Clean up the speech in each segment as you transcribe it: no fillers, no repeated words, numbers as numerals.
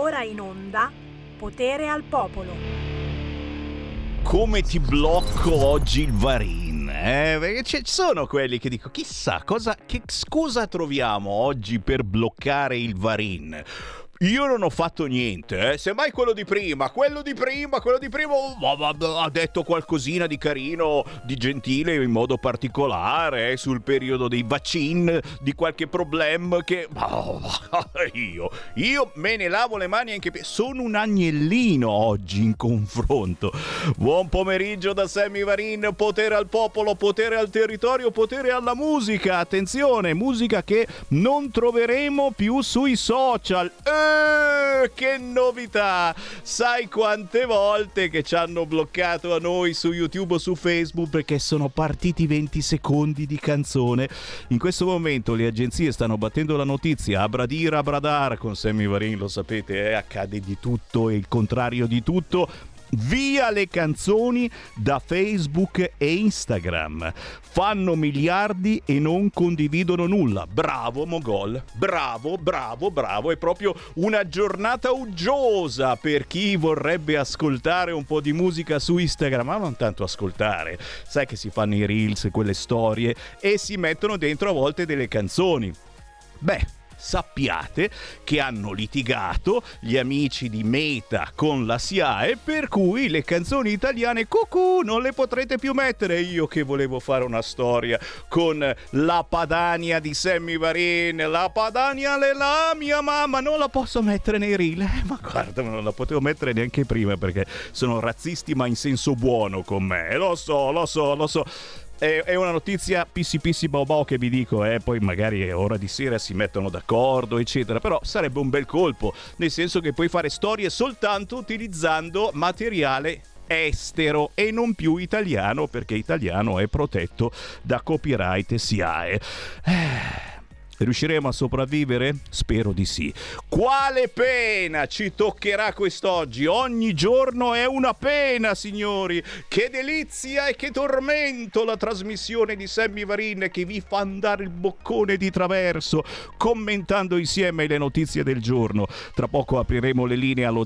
ora in onda Potere al Popolo. Come ti blocco oggi il Varin? Perché ci sono quelli che dico, chissà che scusa troviamo oggi per bloccare il Varin. Io non ho fatto niente, semmai quello di prima ha detto qualcosina di carino, di gentile in modo particolare sul periodo dei vaccin, di qualche problema che io me ne lavo le mani anche sono un agnellino oggi in confronto. Buon pomeriggio da Sammy Varin, potere al popolo, potere al territorio, potere alla musica. Attenzione, musica che non troveremo più sui social. Che novità! Sai quante volte che ci hanno bloccato a noi su YouTube o su Facebook perché sono partiti 20 secondi di canzone? In questo momento le agenzie stanno battendo la notizia a bradire a bradar con Sammy Varin, lo sapete, accade di tutto e il contrario di tutto. Via le canzoni da Facebook e Instagram, fanno miliardi e non condividono nulla. Bravo Mogol, bravo, è proprio una giornata uggiosa per chi vorrebbe ascoltare un po' di musica su Instagram, ma non tanto ascoltare, sai che si fanno i reels, quelle storie e si mettono dentro a volte delle canzoni. Sappiate che hanno litigato gli amici di Meta con la SIAE, per cui le canzoni italiane non le potrete più mettere. Io che volevo fare una storia con la Padania di Sammy Varin, la Padania la mia mamma, non la posso mettere nei reel. Ma guarda, non la potevo mettere neanche prima perché sono razzisti ma in senso buono con me. Lo so. È una notizia pissi bao che vi dico, poi magari ora di sera si mettono d'accordo eccetera, però sarebbe un bel colpo, nel senso che puoi fare storie soltanto utilizzando materiale estero e non più italiano, perché italiano è protetto da copyright SIAE. Riusciremo a sopravvivere? Spero di sì. Quale pena ci toccherà quest'oggi? Ogni giorno è una pena, signori. Che delizia e che tormento la trasmissione di Sammy Varin che vi fa andare il boccone di traverso, commentando insieme le notizie del giorno. Tra poco apriremo le linee allo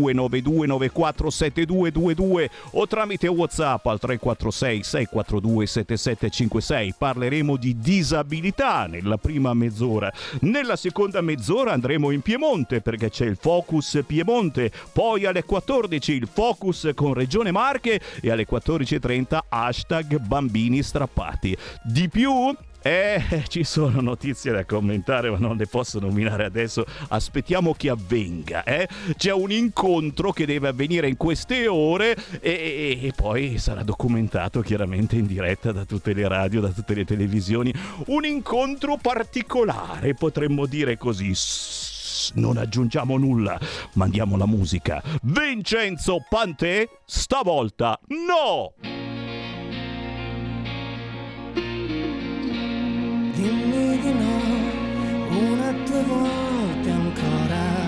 0292947222 o tramite WhatsApp al 346 642 7756. Parleremo di disabilità nella prima mezz'ora. Nella seconda mezz'ora andremo in Piemonte perché c'è il Focus Piemonte, poi alle 14 il Focus con Regione Marche e alle 14.30 hashtag bambini strappati. Di più? Ci sono notizie da commentare ma non le posso nominare adesso, aspettiamo che avvenga. C'è un incontro che deve avvenire in queste ore e poi sarà documentato chiaramente in diretta da tutte le radio, da tutte le televisioni, un incontro particolare, potremmo dire così. Non aggiungiamo nulla, mandiamo la musica. Vincenzo Pantè, stavolta no! Dimmi di no, una o due volte ancora.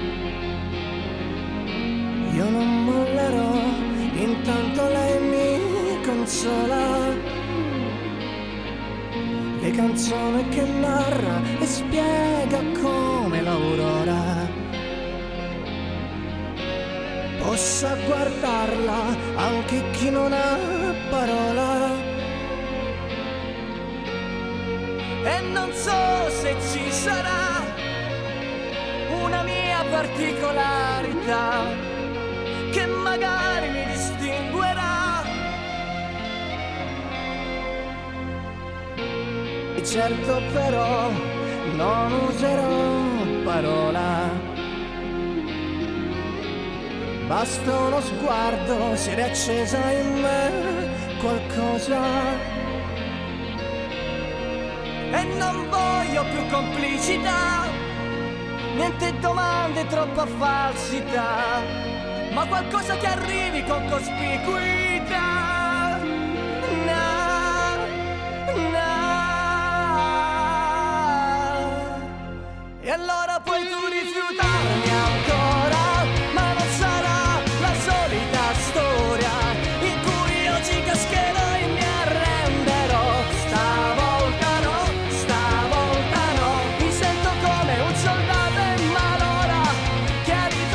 Io non mollerò, intanto lei mi consola. Le canzoni che narra e spiega come l'aurora possa guardarla anche chi non ha parola. E non so se ci sarà una mia particolarità che magari mi distinguerà. E certo però non userò parola, basta uno sguardo, si è riaccesa in me qualcosa. E non voglio più complicità, niente domande, troppa falsità, ma qualcosa che arrivi con cospicuità. E allora puoi tu rifiutarmi ancora, ma non sarà la solita storia in cui io ci cascherò e mi arrenderò. Stavolta no, mi sento come un soldato in malora che ha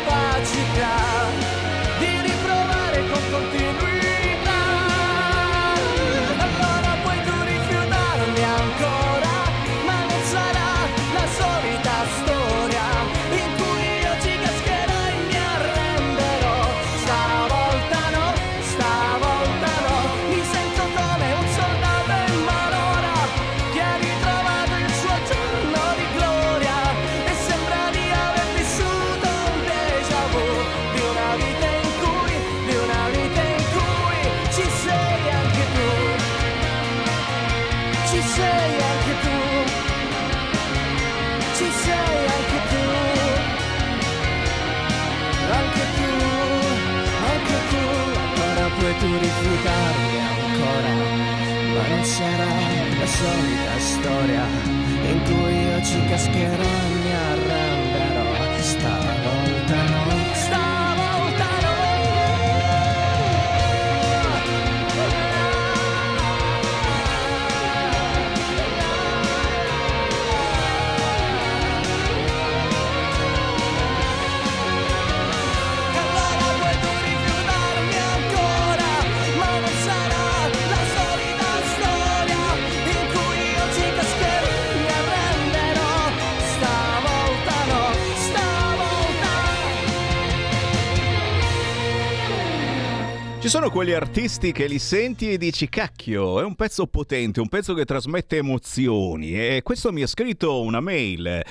capacità di riprovare con continuità. Allora puoi tu rifiutarmi ancora, ma non sarà la solita storia in cui io ci cascherò e mi arrenderò. Stavolta no, mi sento come un soldato in malora che ha ritrovato il suo giorno di gloria e sembra di aver vissuto un déjà vu di una vita in cui ci sei anche tu, ci sei anche tu, ci sei anche tu, anche tu, anche tu. Allora puoi tu rifiutarmi ancora, ma non sarà la solita storia in cui io ci cascherò e mi arrenderò. Stavolta no, stavolta no. Allora puoi tu rifiutarmi ancora, ma non sarà la solita storia in cui io ci cascherò e mi arrenderò. Stavolta no, stavolta. Ci sono quegli artisti che li senti e dici cacchio, è un pezzo potente, un pezzo che trasmette emozioni, e questo mi ha scritto una mail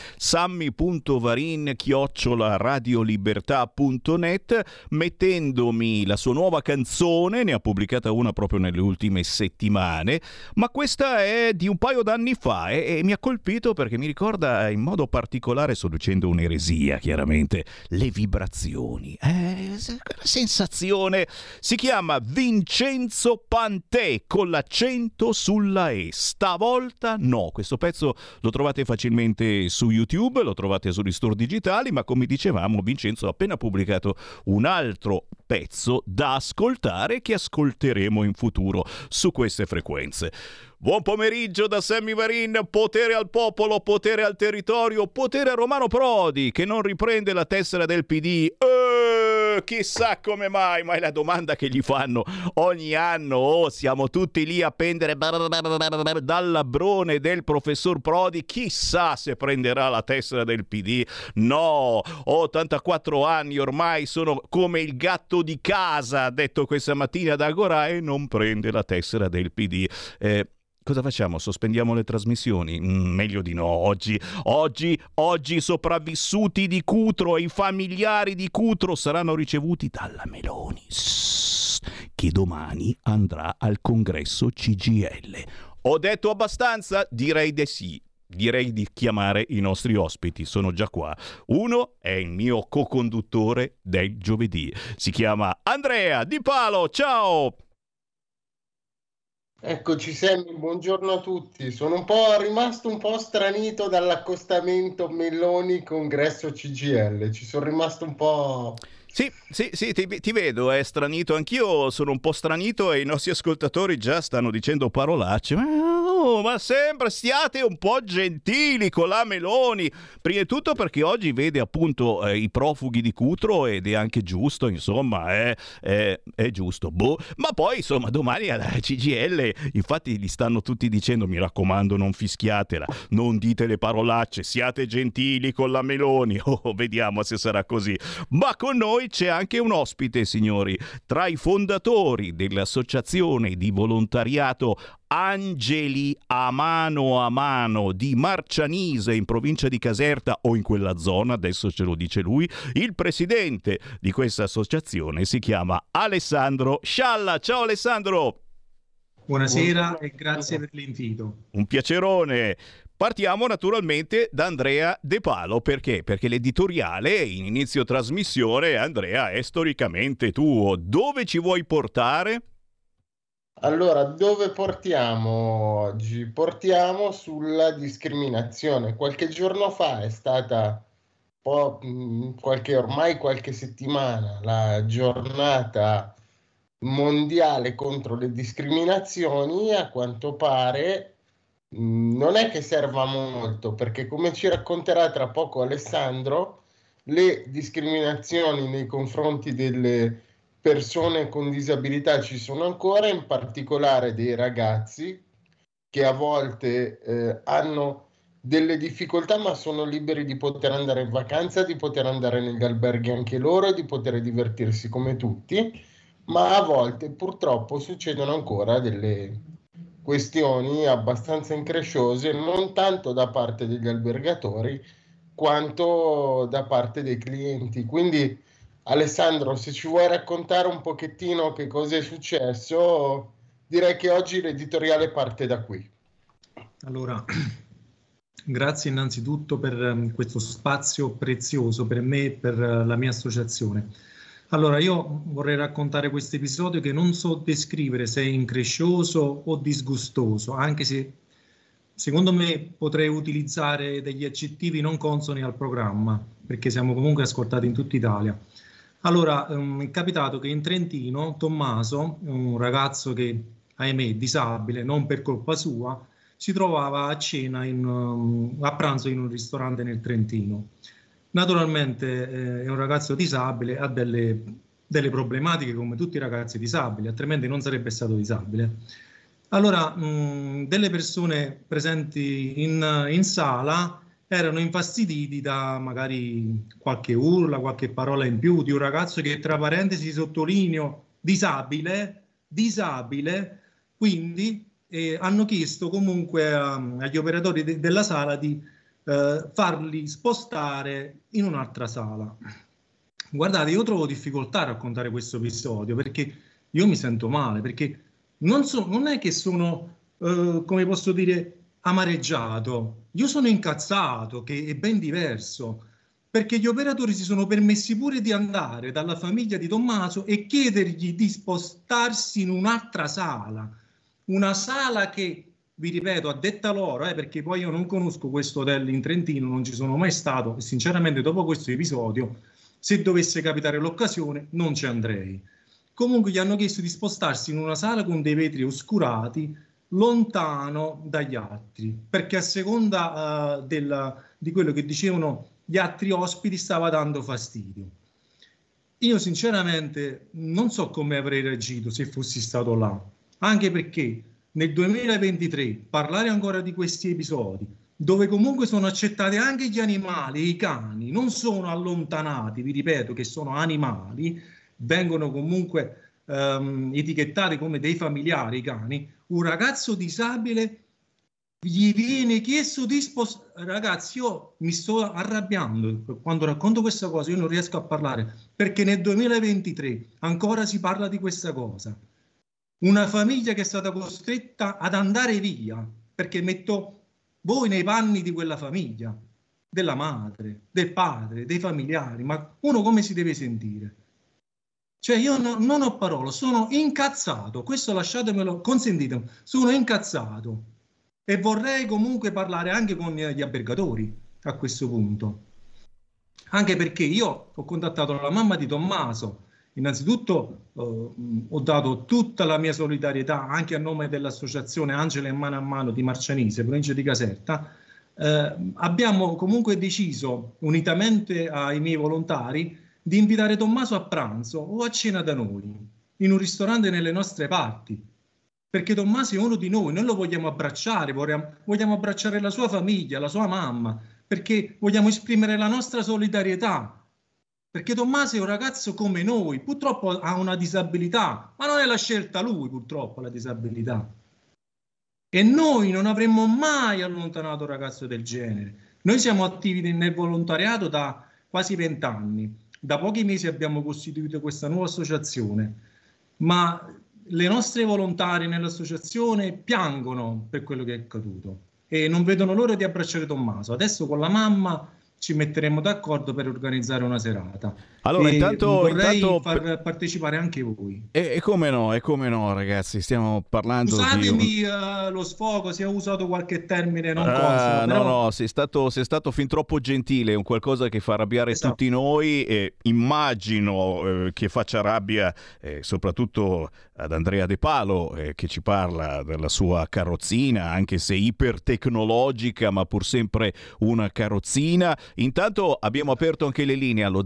sammy.varin@radiolibertà.net mettendomi la sua nuova canzone, ne ha pubblicata una proprio nelle ultime settimane, ma questa è di un paio d'anni fa e mi ha colpito perché mi ricorda in modo particolare, sto dicendo un'eresia chiaramente, le vibrazioni, quella sensazione. Si chiama Vincenzo Pantè con l'accento sulla E. Stavolta no. Questo pezzo lo trovate facilmente su YouTube, lo trovate sugli store digitali, ma come dicevamo Vincenzo ha appena pubblicato un altro pezzo da ascoltare che ascolteremo in futuro su queste frequenze. Buon pomeriggio da Sammy Varin, potere al popolo, potere al territorio, potere a Romano Prodi che non riprende la tessera del PD. Chissà come mai, ma è la domanda che gli fanno ogni anno. Siamo tutti lì a pendere dal labbrone del professor Prodi, chissà se prenderà la tessera del PD. No, ho 84 anni ormai, sono come il gatto di casa, ha detto questa mattina da Agorà, e non prende la tessera del PD. Cosa facciamo? Sospendiamo le trasmissioni? Meglio di no. Oggi i sopravvissuti di Cutro e i familiari di Cutro saranno ricevuti dalla Meloni, che domani andrà al congresso CGIL. Ho detto abbastanza? Direi di sì. Direi di chiamare i nostri ospiti, sono già qua. Uno è il mio co-conduttore del giovedì. Si chiama Andrea Di Palo. Ciao! Eccoci Sammy, buongiorno a tutti. Sono rimasto un po' stranito dall'accostamento Meloni congresso CGIL. Ci sono rimasto un po'... Sì, ti vedo, è stranito. Anch'io sono un po' stranito e i nostri ascoltatori già stanno dicendo parolacce. Ma sempre stiate un po' gentili con la Meloni. Prima di tutto perché oggi vede appunto i profughi di Cutro ed è anche giusto, insomma, è giusto. Ma poi, insomma, domani alla CGIL, infatti gli stanno tutti dicendo, mi raccomando, non fischiatela, non dite le parolacce, siate gentili con la Meloni. Vediamo se sarà così. Ma con noi c'è anche un ospite, signori, tra i fondatori dell'associazione di volontariato Angeli a mano di Marcianise in provincia di Caserta o in quella zona, adesso ce lo dice lui. Il presidente di questa associazione si chiama Alessandro Scialla. Ciao Alessandro! Buonasera e grazie per l'invito. Un piacerone. Partiamo naturalmente da Andrea De Palo. Perché? Perché l'editoriale in inizio trasmissione, Andrea, è storicamente tuo. Dove ci vuoi portare? Allora, dove portiamo oggi? Portiamo sulla discriminazione. Qualche giorno fa è stata, ormai qualche settimana, la giornata mondiale contro le discriminazioni. A quanto pare non è che serva molto, perché come ci racconterà tra poco Alessandro, le discriminazioni nei confronti delle persone con disabilità ci sono ancora, in particolare dei ragazzi che a volte hanno delle difficoltà, ma sono liberi di poter andare in vacanza, di poter andare negli alberghi anche loro e di poter divertirsi come tutti, ma a volte purtroppo succedono ancora delle questioni abbastanza incresciose, non tanto da parte degli albergatori quanto da parte dei clienti. Quindi Alessandro, se ci vuoi raccontare un pochettino che cosa è successo, direi che oggi l'editoriale parte da qui. Allora, grazie innanzitutto per questo spazio prezioso per me e per la mia associazione. Allora, io vorrei raccontare questo episodio che non so descrivere se è increscioso o disgustoso, anche se secondo me potrei utilizzare degli aggettivi non consoni al programma, perché siamo comunque ascoltati in tutta Italia. Allora, è capitato che in Trentino Tommaso, un ragazzo che, ahimè, è disabile, non per colpa sua, si trovava a cena, a pranzo in un ristorante nel Trentino. Naturalmente è un ragazzo disabile, ha delle problematiche come tutti i ragazzi disabili, altrimenti non sarebbe stato disabile. Allora, delle persone presenti in sala erano infastiditi da magari qualche urla, qualche parola in più di un ragazzo che, tra parentesi, sottolineo, disabile, quindi hanno chiesto comunque agli operatori della sala di farli spostare in un'altra sala. Guardate, io trovo difficoltà a raccontare questo episodio perché io mi sento male, perché non è che sono, come posso dire, amareggiato, io sono incazzato, che è ben diverso, perché gli operatori si sono permessi pure di andare dalla famiglia di Tommaso e chiedergli di spostarsi in un'altra sala, una sala che, vi ripeto, a detta loro, perché poi io non conosco questo hotel in Trentino, non ci sono mai stato e sinceramente dopo questo episodio, se dovesse capitare l'occasione, non ci andrei. Comunque gli hanno chiesto di spostarsi in una sala con dei vetri oscurati, lontano dagli altri, perché a seconda di quello che dicevano gli altri ospiti stava dando fastidio. Io sinceramente non so come avrei reagito se fossi stato là, anche perché nel 2023 parlare ancora di questi episodi, dove comunque sono accettati anche gli animali, i cani, non sono allontanati, vi ripeto che sono animali, vengono comunque etichettati come dei familiari i cani, un ragazzo disabile gli viene chiesto di spostare. Ragazzi, io mi sto arrabbiando quando racconto questa cosa, io non riesco a parlare, perché nel 2023 ancora si parla di questa cosa. Una famiglia che è stata costretta ad andare via, perché metto voi nei panni di quella famiglia, della madre, del padre, dei familiari, ma uno come si deve sentire? Cioè io non ho parole, sono incazzato, questo lasciatemelo, consentitemi, sono incazzato e vorrei comunque parlare anche con gli albergatori a questo punto, anche perché io ho contattato la mamma di Tommaso. Innanzitutto ho dato tutta la mia solidarietà anche a nome dell'associazione Angela in Mano a Mano di Marcianise, provincia di Caserta. Abbiamo comunque deciso, unitamente ai miei volontari, di invitare Tommaso a pranzo o a cena da noi, in un ristorante nelle nostre parti, perché Tommaso è uno di noi lo vogliamo abbracciare, vogliamo abbracciare la sua famiglia, la sua mamma, perché vogliamo esprimere la nostra solidarietà. Perché Tommaso è un ragazzo come noi, purtroppo ha una disabilità, ma non è la scelta lui, purtroppo, la disabilità. E noi non avremmo mai allontanato un ragazzo del genere. Noi siamo attivi nel volontariato da quasi 20 anni. Da pochi mesi abbiamo costituito questa nuova associazione, ma le nostre volontarie nell'associazione piangono per quello che è accaduto e non vedono l'ora di abbracciare Tommaso. Adesso con la mamma ci metteremo d'accordo per organizzare una serata. Allora, intanto far partecipare anche voi. E come no, ragazzi, stiamo parlando Scusatemi lo sfogo, se ho usato qualche termine non consono. No, sei stato fin troppo gentile, è un qualcosa che fa arrabbiare tutti noi e immagino che faccia rabbia soprattutto ad Andrea De Palo che ci parla della sua carrozzina, anche se ipertecnologica, ma pur sempre una carrozzina. Intanto abbiamo aperto anche le linee allo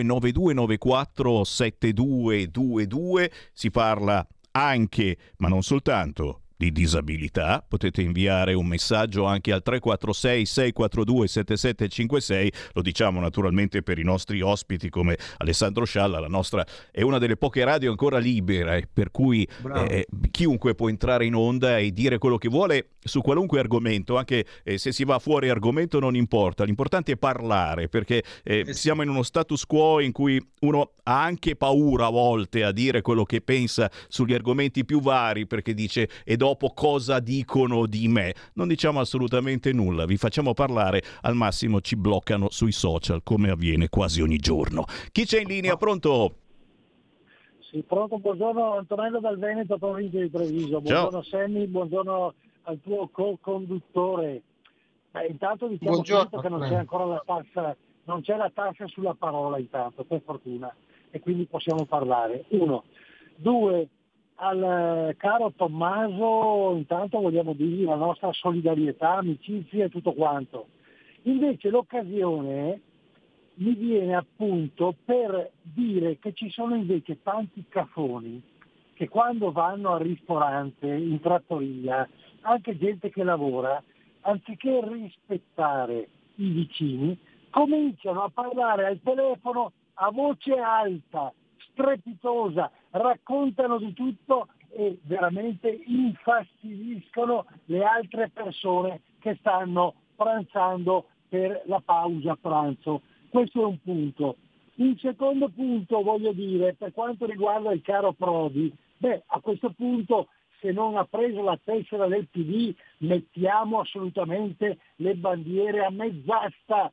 0292947222, si parla anche, ma non soltanto, di disabilità. Potete inviare un messaggio anche al 346 642 7756, lo diciamo naturalmente per i nostri ospiti come Alessandro Scialla. La nostra è una delle poche radio ancora libere, per cui chiunque può entrare in onda e dire quello che vuole su qualunque argomento, anche se si va fuori argomento non importa, l'importante è parlare, perché siamo in uno status quo in cui uno ha anche paura a volte a dire quello che pensa sugli argomenti più vari, perché dice e dopo cosa dicono di me. Non diciamo assolutamente nulla, vi facciamo parlare, al massimo ci bloccano sui social, come avviene quasi ogni giorno. Chi c'è in linea? Pronto? Sì, pronto, buongiorno, Antonello dal Veneto, provincia di Treviso. Buongiorno Sammy, buongiorno al tuo co-conduttore. Intanto diciamo subito che non c'è ancora la tassa, non c'è la tassa sulla parola intanto, per fortuna, e quindi possiamo parlare. 1. 2. Al caro Tommaso intanto vogliamo dirgli la nostra solidarietà, amicizia e tutto quanto. Invece l'occasione mi viene appunto per dire che ci sono invece tanti cafoni che quando vanno al ristorante, in trattoria, anche gente che lavora, anziché rispettare i vicini, cominciano a parlare al telefono a voce alta, strepitosa, raccontano di tutto e veramente infastidiscono le altre persone che stanno pranzando per la pausa pranzo. Questo è un punto. Un secondo punto voglio dire, per quanto riguarda il caro Prodi, a questo punto se non ha preso la tessera del PD mettiamo assolutamente le bandiere a mezz'asta,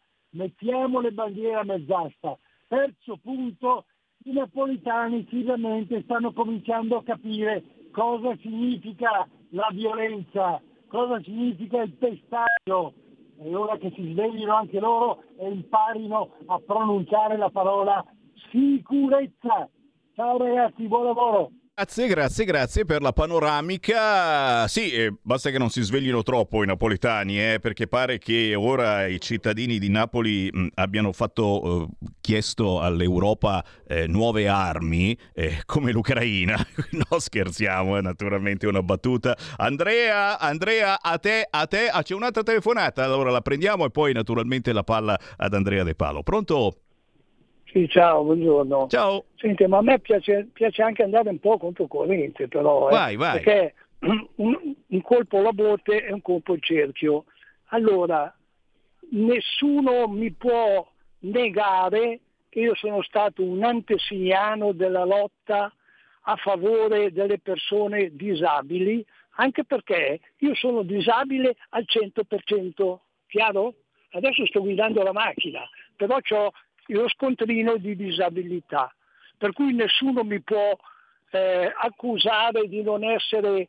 Terzo punto, i napolitani finalmente stanno cominciando a capire cosa significa la violenza, cosa significa il pestaggio, e ora che si sveglino anche loro e imparino a pronunciare la parola sicurezza. Ciao ragazzi, buon lavoro. Grazie per la panoramica. Sì, basta che non si sveglino troppo i napoletani, perché pare che ora i cittadini di Napoli abbiano chiesto all'Europa nuove armi, come l'Ucraina. No, scherziamo, è naturalmente una battuta. Andrea, a te, c'è un'altra telefonata, allora la prendiamo e poi naturalmente la palla ad Andrea De Palo. Pronto? Sì, ciao, buongiorno. Ciao. Senti, ma a me piace anche andare un po' controcorrente, però. Vai. Perché un colpo alla botte è un colpo al cerchio. Allora, nessuno mi può negare che io sono stato un antesignano della lotta a favore delle persone disabili, anche perché io sono disabile al 100%, chiaro? Adesso sto guidando la macchina, però ho lo scontrino di disabilità, per cui nessuno mi può accusare di non essere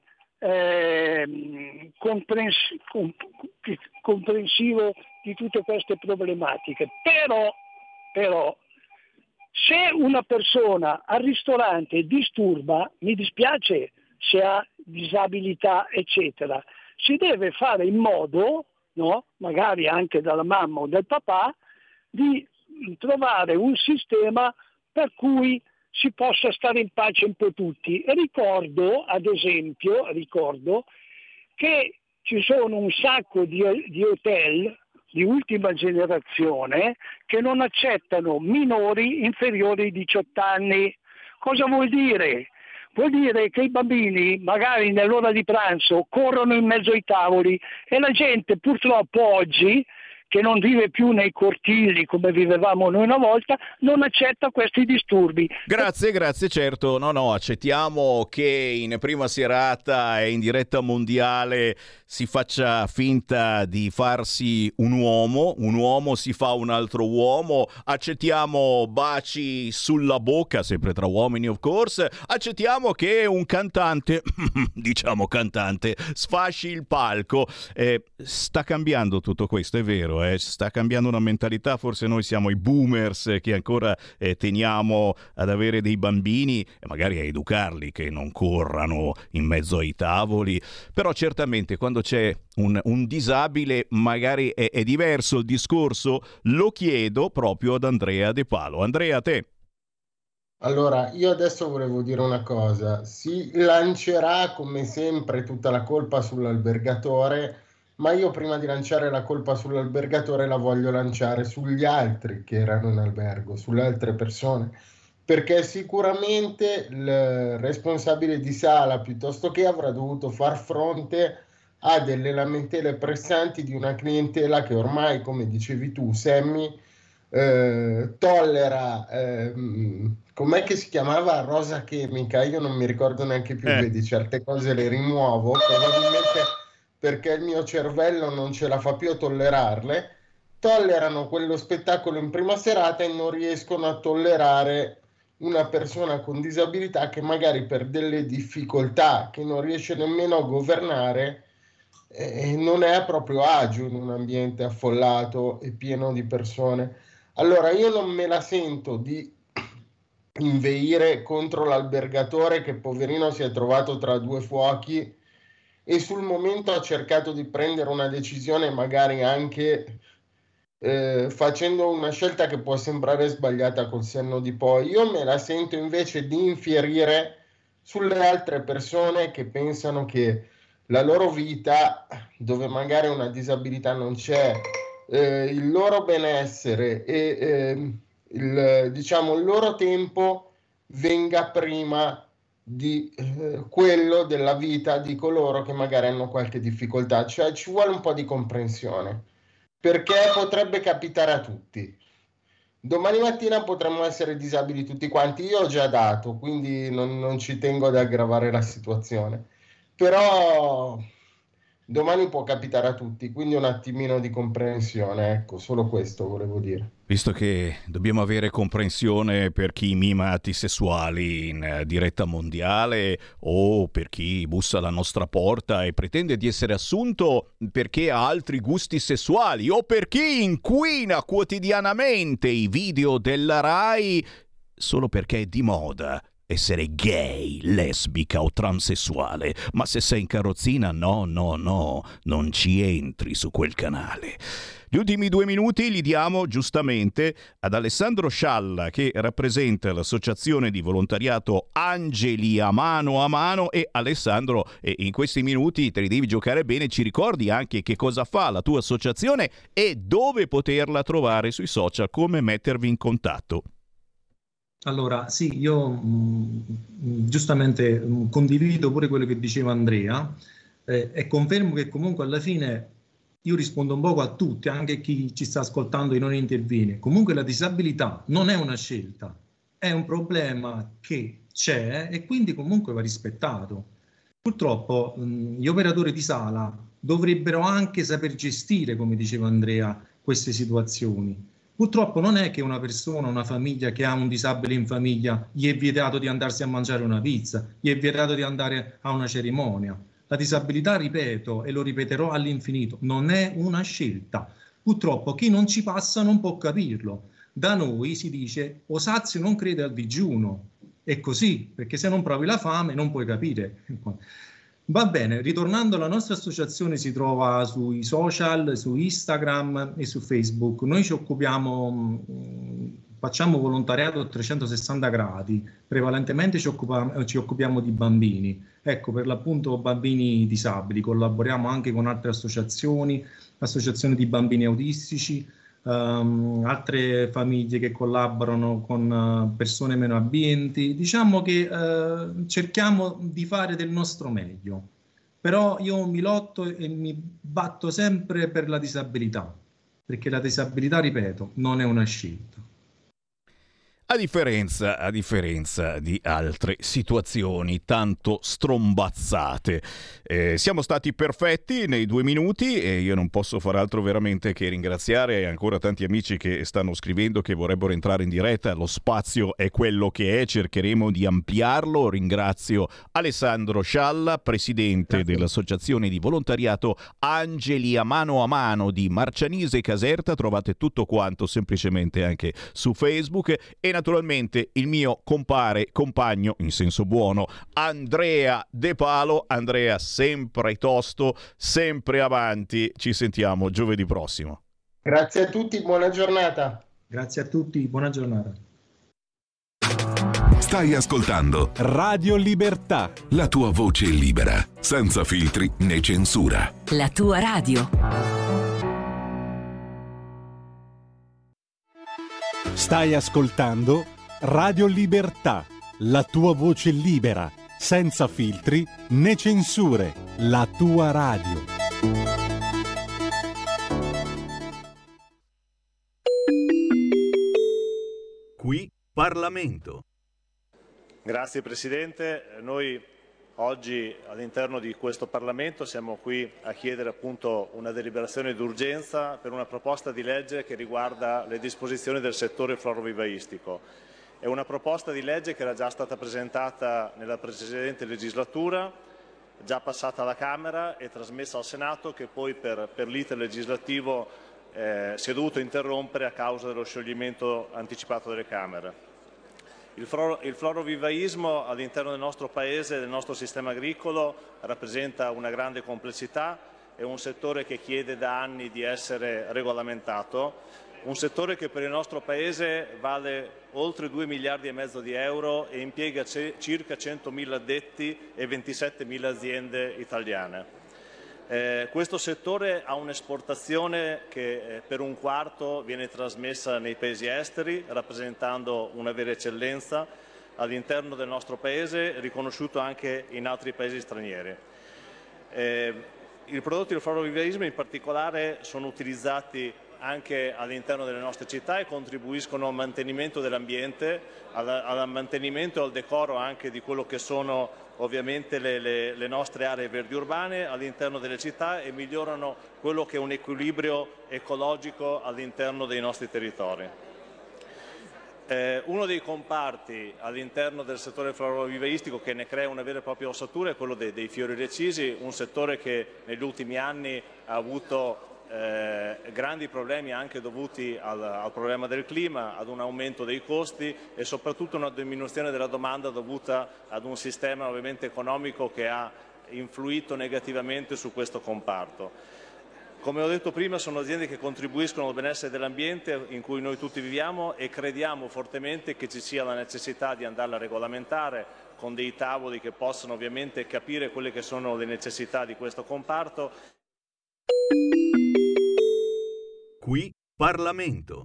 comprensivo di tutte queste problematiche. Però se una persona al ristorante disturba, mi dispiace se ha disabilità eccetera, si deve fare in modo, no? Magari anche dalla mamma o dal papà, di trovare un sistema per cui si possa stare in pace un po' tutti. E ricordo, ad esempio, che ci sono un sacco di hotel di ultima generazione che non accettano minori inferiori ai 18 anni. Cosa vuol dire? Vuol dire che i bambini, magari nell'ora di pranzo, corrono in mezzo ai tavoli e la gente purtroppo oggi, che non vive più nei cortili come vivevamo noi una volta, non accetta questi disturbi. Grazie, certo. No, accettiamo che in prima serata e in diretta mondiale si faccia finta di farsi un uomo si fa un altro uomo, accettiamo baci sulla bocca, sempre tra uomini of course, accettiamo che un cantante, sfasci il palco. Sta cambiando tutto questo, è vero. Sta cambiando una mentalità, forse noi siamo i boomers che ancora teniamo ad avere dei bambini e magari a educarli che non corrano in mezzo ai tavoli, però certamente quando quando c'è un disabile magari è diverso il discorso. Lo chiedo proprio ad Andrea De Palo. Andrea, a te. Allora, io adesso volevo dire una cosa. Si lancerà come sempre tutta la colpa sull'albergatore, ma io prima di lanciare la colpa sull'albergatore la voglio lanciare sugli altri che erano in albergo, sulle altre persone, perché sicuramente il responsabile di sala piuttosto che avrà dovuto far fronte a delle lamentele pressanti di una clientela che ormai, come dicevi tu, Sammy, tollera, com'è che si chiamava, rosa chimica, io non mi ricordo neanche più, vedi, certe cose le rimuovo, probabilmente perché il mio cervello non ce la fa più a tollerarle. Tollerano quello spettacolo in prima serata e non riescono a tollerare una persona con disabilità che magari per delle difficoltà che non riesce nemmeno a governare non è a proprio agio in un ambiente affollato e pieno di persone. Allora io non me la sento di inveire contro l'albergatore che poverino si è trovato tra due fuochi e sul momento ha cercato di prendere una decisione magari anche facendo una scelta che può sembrare sbagliata col senno di poi. Io me la sento invece di infierire sulle altre persone che pensano che la loro vita, dove magari una disabilità non c'è, il loro benessere e il loro tempo venga prima di quello della vita di coloro che magari hanno qualche difficoltà. Cioè ci vuole un po' di comprensione, perché potrebbe capitare a tutti. Domani mattina potremmo essere disabili tutti quanti. Io ho già dato, quindi non ci tengo ad aggravare la situazione, però domani può capitare a tutti, quindi un attimino di comprensione, ecco, solo questo volevo dire. Visto che dobbiamo avere comprensione per chi mima atti sessuali in diretta mondiale o per chi bussa alla nostra porta e pretende di essere assunto perché ha altri gusti sessuali o per chi inquina quotidianamente i video della Rai solo perché è di moda essere gay, lesbica o transessuale, ma se sei in carrozzina no, non ci entri su quel canale. Gli ultimi 2 minuti li diamo giustamente ad Alessandro Scialla, che rappresenta l'associazione di volontariato Angeli a mano, e Alessandro, in questi minuti te li devi giocare bene, ci ricordi anche che cosa fa la tua associazione e dove poterla trovare sui social, come mettervi in contatto. Allora, sì, io giustamente condivido pure quello che diceva Andrea e confermo che comunque alla fine io rispondo un poco a tutti, anche chi ci sta ascoltando e non interviene. Comunque la disabilità non è una scelta, è un problema che c'è e quindi comunque va rispettato. Purtroppo gli operatori di sala dovrebbero anche saper gestire, come diceva Andrea, queste situazioni. Purtroppo non è che una persona, una famiglia che ha un disabile in famiglia gli è vietato di andarsi a mangiare una pizza, gli è vietato di andare a una cerimonia. La disabilità, ripeto, e lo ripeterò all'infinito, non è una scelta. Purtroppo chi non ci passa non può capirlo. Da noi si dice o sazio non crede al digiuno. È così, perché se non provi la fame non puoi capire. Va bene, ritornando, la nostra associazione si trova sui social, su Instagram e su Facebook. Noi ci occupiamo, facciamo volontariato a 360 gradi, prevalentemente ci occupiamo di bambini. Ecco, per l'appunto bambini disabili, collaboriamo anche con altre associazioni di bambini autistici, altre famiglie che collaborano con persone meno abbienti. Diciamo che cerchiamo di fare del nostro meglio, però io mi lotto e mi batto sempre per la disabilità, perché la disabilità, ripeto, non è una scelta. A differenza di altre situazioni tanto strombazzate. Siamo stati perfetti nei 2 minuti e io non posso far altro veramente che ringraziare ancora tanti amici che stanno scrivendo che vorrebbero entrare in diretta. Lo spazio è quello che è, cercheremo di ampliarlo. Ringrazio Alessandro Scialla, presidente dell'associazione di volontariato Angeli a mano di Marcianise Caserta. Trovate tutto quanto semplicemente anche su Facebook. E naturalmente il mio compagno, in senso buono, Andrea De Palo. Andrea, sempre tosto, sempre avanti. Ci sentiamo giovedì prossimo. Grazie a tutti, buona giornata. Grazie a tutti, buona giornata. Stai ascoltando Radio Libertà, la tua voce libera, senza filtri né censura. La tua radio. Stai ascoltando Radio Libertà, la tua voce libera, senza filtri né censure. La tua radio. Qui Parlamento. Grazie Presidente, noi oggi all'interno di questo Parlamento siamo qui a chiedere appunto una deliberazione d'urgenza per una proposta di legge che riguarda le disposizioni del settore florovivaistico. È una proposta di legge che era già stata presentata nella precedente legislatura, già passata alla Camera e trasmessa al Senato, che poi per l'iter legislativo si è dovuto interrompere a causa dello scioglimento anticipato delle Camere. Il florovivaismo all'interno del nostro Paese, del nostro sistema agricolo, rappresenta una grande complessità, è un settore che chiede da anni di essere regolamentato, un settore che per il nostro Paese vale oltre 2 miliardi e mezzo di euro e impiega circa 100.000 addetti e 27.000 aziende italiane. Questo settore ha un'esportazione che per un quarto viene trasmessa nei paesi esteri, rappresentando una vera eccellenza all'interno del nostro Paese, riconosciuto anche in altri paesi stranieri. I prodotti del florovivaismo in particolare sono utilizzati anche all'interno delle nostre città e contribuiscono al mantenimento dell'ambiente, al mantenimento e al decoro anche di quello che sono ovviamente le nostre aree verdi urbane all'interno delle città e migliorano quello che è un equilibrio ecologico all'interno dei nostri territori. Uno dei comparti all'interno del settore florovivaistico che ne crea una vera e propria ossatura è quello dei fiori recisi, un settore che negli ultimi anni ha avuto grandi problemi anche dovuti al problema del clima, ad un aumento dei costi e soprattutto una diminuzione della domanda dovuta ad un sistema ovviamente economico che ha influito negativamente su questo comparto. Come ho detto prima, sono aziende che contribuiscono al benessere dell'ambiente in cui noi tutti viviamo e crediamo fortemente che ci sia la necessità di andarla a regolamentare con dei tavoli che possano ovviamente capire quelle che sono le necessità di questo comparto. Qui Parlamento.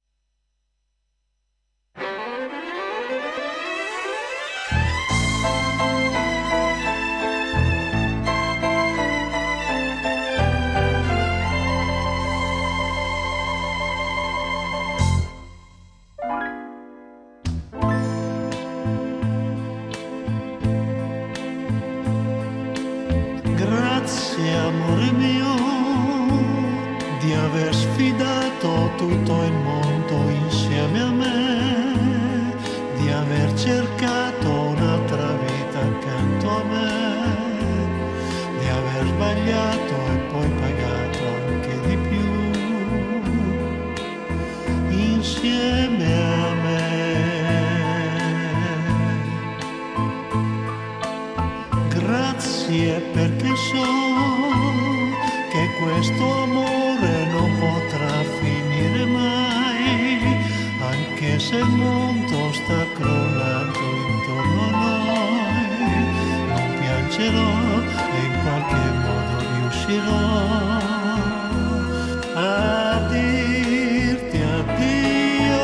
Grazie amore mio di aver sfidato tutto il mondo insieme a me, di aver cercato un'altra vita accanto a me, di aver sbagliato e poi pagato anche di più insieme a me. Grazie perché so che questo amore non potrà finire mai, anche se il mondo sta crollando intorno a noi, non piangerò e in qualche modo riuscirò a dirti addio,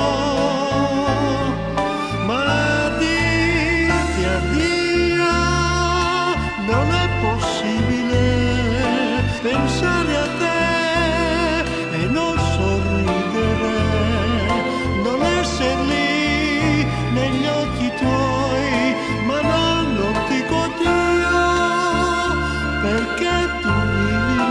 ma a dirti addio non è possibile pensare a te e non sorridere, non essere lì negli occhi tuoi, ma non dico Dio, perché tu vivi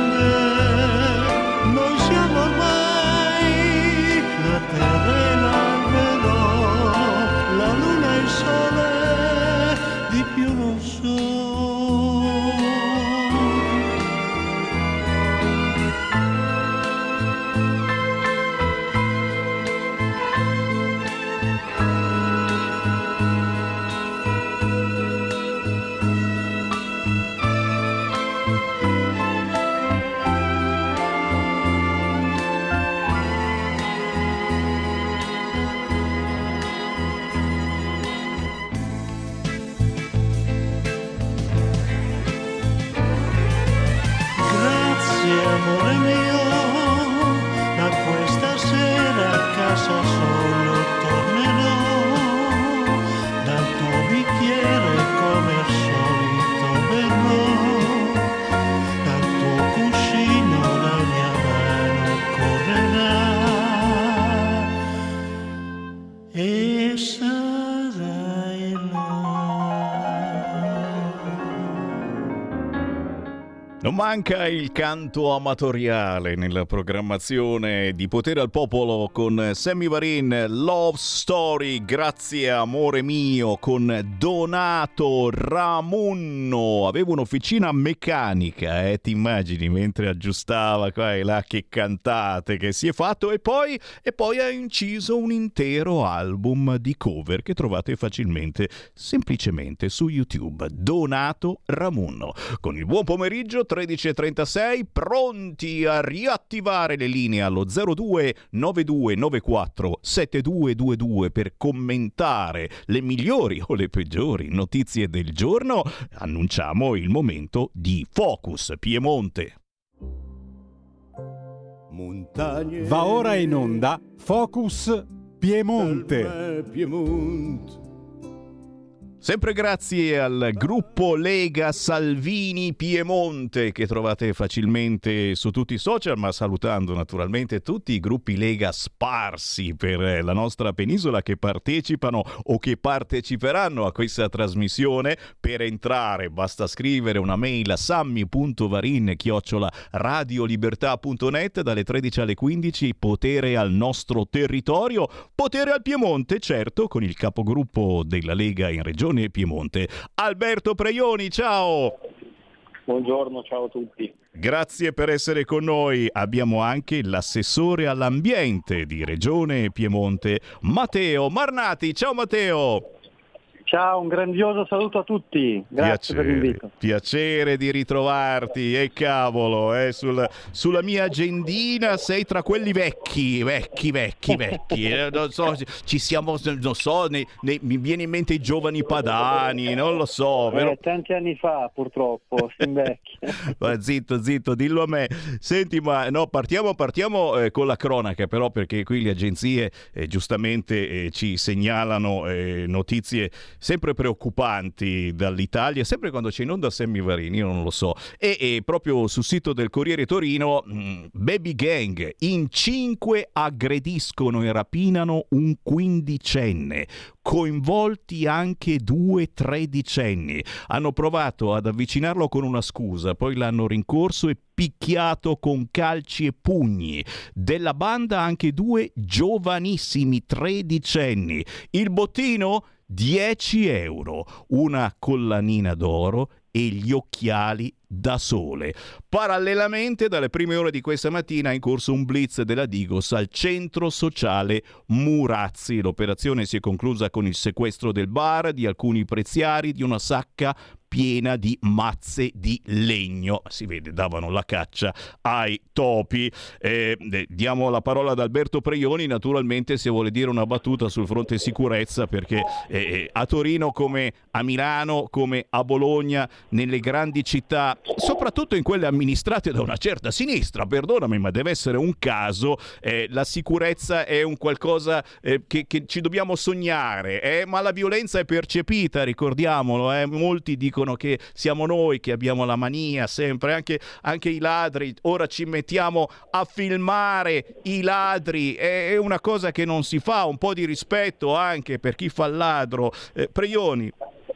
amore mio, da questa sera a casa solo tornerò, dal tuo bicchiere come al solito berrò, dal tuo cuscino la mia mano correrà e sarai là. Non manca il canto amatoriale nella programmazione di Potere al Popolo con Sammy Varin, Love Story, Grazie amore mio, con Donato Ramunno. Avevo un'officina meccanica, ti immagini, mentre aggiustava qua e là, che cantate che si è fatto, e poi ha inciso un intero album di cover che trovate facilmente, semplicemente su YouTube. Donato Ramunno. Con il buon pomeriggio 13:36, pronti a riattivare le linee allo 02 9294 7222 per commentare le migliori o le peggiori notizie del giorno. Annunciamo il momento di Focus Piemonte. Montagne. Va ora in onda Focus Piemonte. Sempre grazie al gruppo Lega Salvini Piemonte, che trovate facilmente su tutti i social, ma salutando naturalmente tutti i gruppi Lega sparsi per la nostra penisola che partecipano o che parteciperanno a questa trasmissione. Per entrare basta scrivere una mail a sammy.varin@radiolibertà.net. Dalle 13 alle 15 potere al nostro territorio, potere al Piemonte, certo, con il capogruppo della Lega in Regione Piemonte, Alberto Preioni. Ciao! Buongiorno, ciao a tutti. Grazie per essere con noi. Abbiamo anche l'assessore all'ambiente di Regione Piemonte, Matteo Marnati. Ciao Matteo! Ciao, un grandioso saluto a tutti. Grazie per l'invito. Piacere di ritrovarti. E cavolo, sulla mia agendina sei tra quelli vecchi. Non so, ci siamo, non so, mi viene in mente i giovani padani, non lo so. Però... tanti anni fa, purtroppo, si invecchia. Zitto, dillo a me. Senti, ma no, partiamo con la cronaca, però, perché qui le agenzie giustamente ci segnalano notizie sempre preoccupanti dall'Italia, sempre quando c'è in onda Sammy Varin, io non lo so. E proprio sul sito del Corriere Torino, baby gang, in 5 aggrediscono e rapinano un quindicenne, coinvolti anche 2 tredicenni. Hanno provato ad avvicinarlo con una scusa, poi l'hanno rincorso e picchiato con calci e pugni. Della banda anche 2 giovanissimi tredicenni. Il bottino? 10 euro, una collanina d'oro e gli occhiali da sole. Parallelamente, dalle prime ore di questa mattina è in corso un blitz della Digos al centro sociale Murazzi. L'operazione si è conclusa con il sequestro del bar, di alcuni preziari, di una sacca piena di mazze di legno. Si vede, davano la caccia ai topi. Diamo la parola ad Alberto Preioni, naturalmente, se vuole dire una battuta sul fronte sicurezza, perché a Torino, come a Milano, come a Bologna, nelle grandi città, soprattutto in quelle amministrate da una certa sinistra, perdonami, ma deve essere un caso, la sicurezza è un qualcosa che ci dobbiamo sognare, ma la violenza è percepita, ricordiamolo, molti dicono che siamo noi che abbiamo la mania sempre, anche i ladri, ora ci mettiamo a filmare i ladri, è una cosa che non si fa, un po' di rispetto anche per chi fa il ladro. Preioni.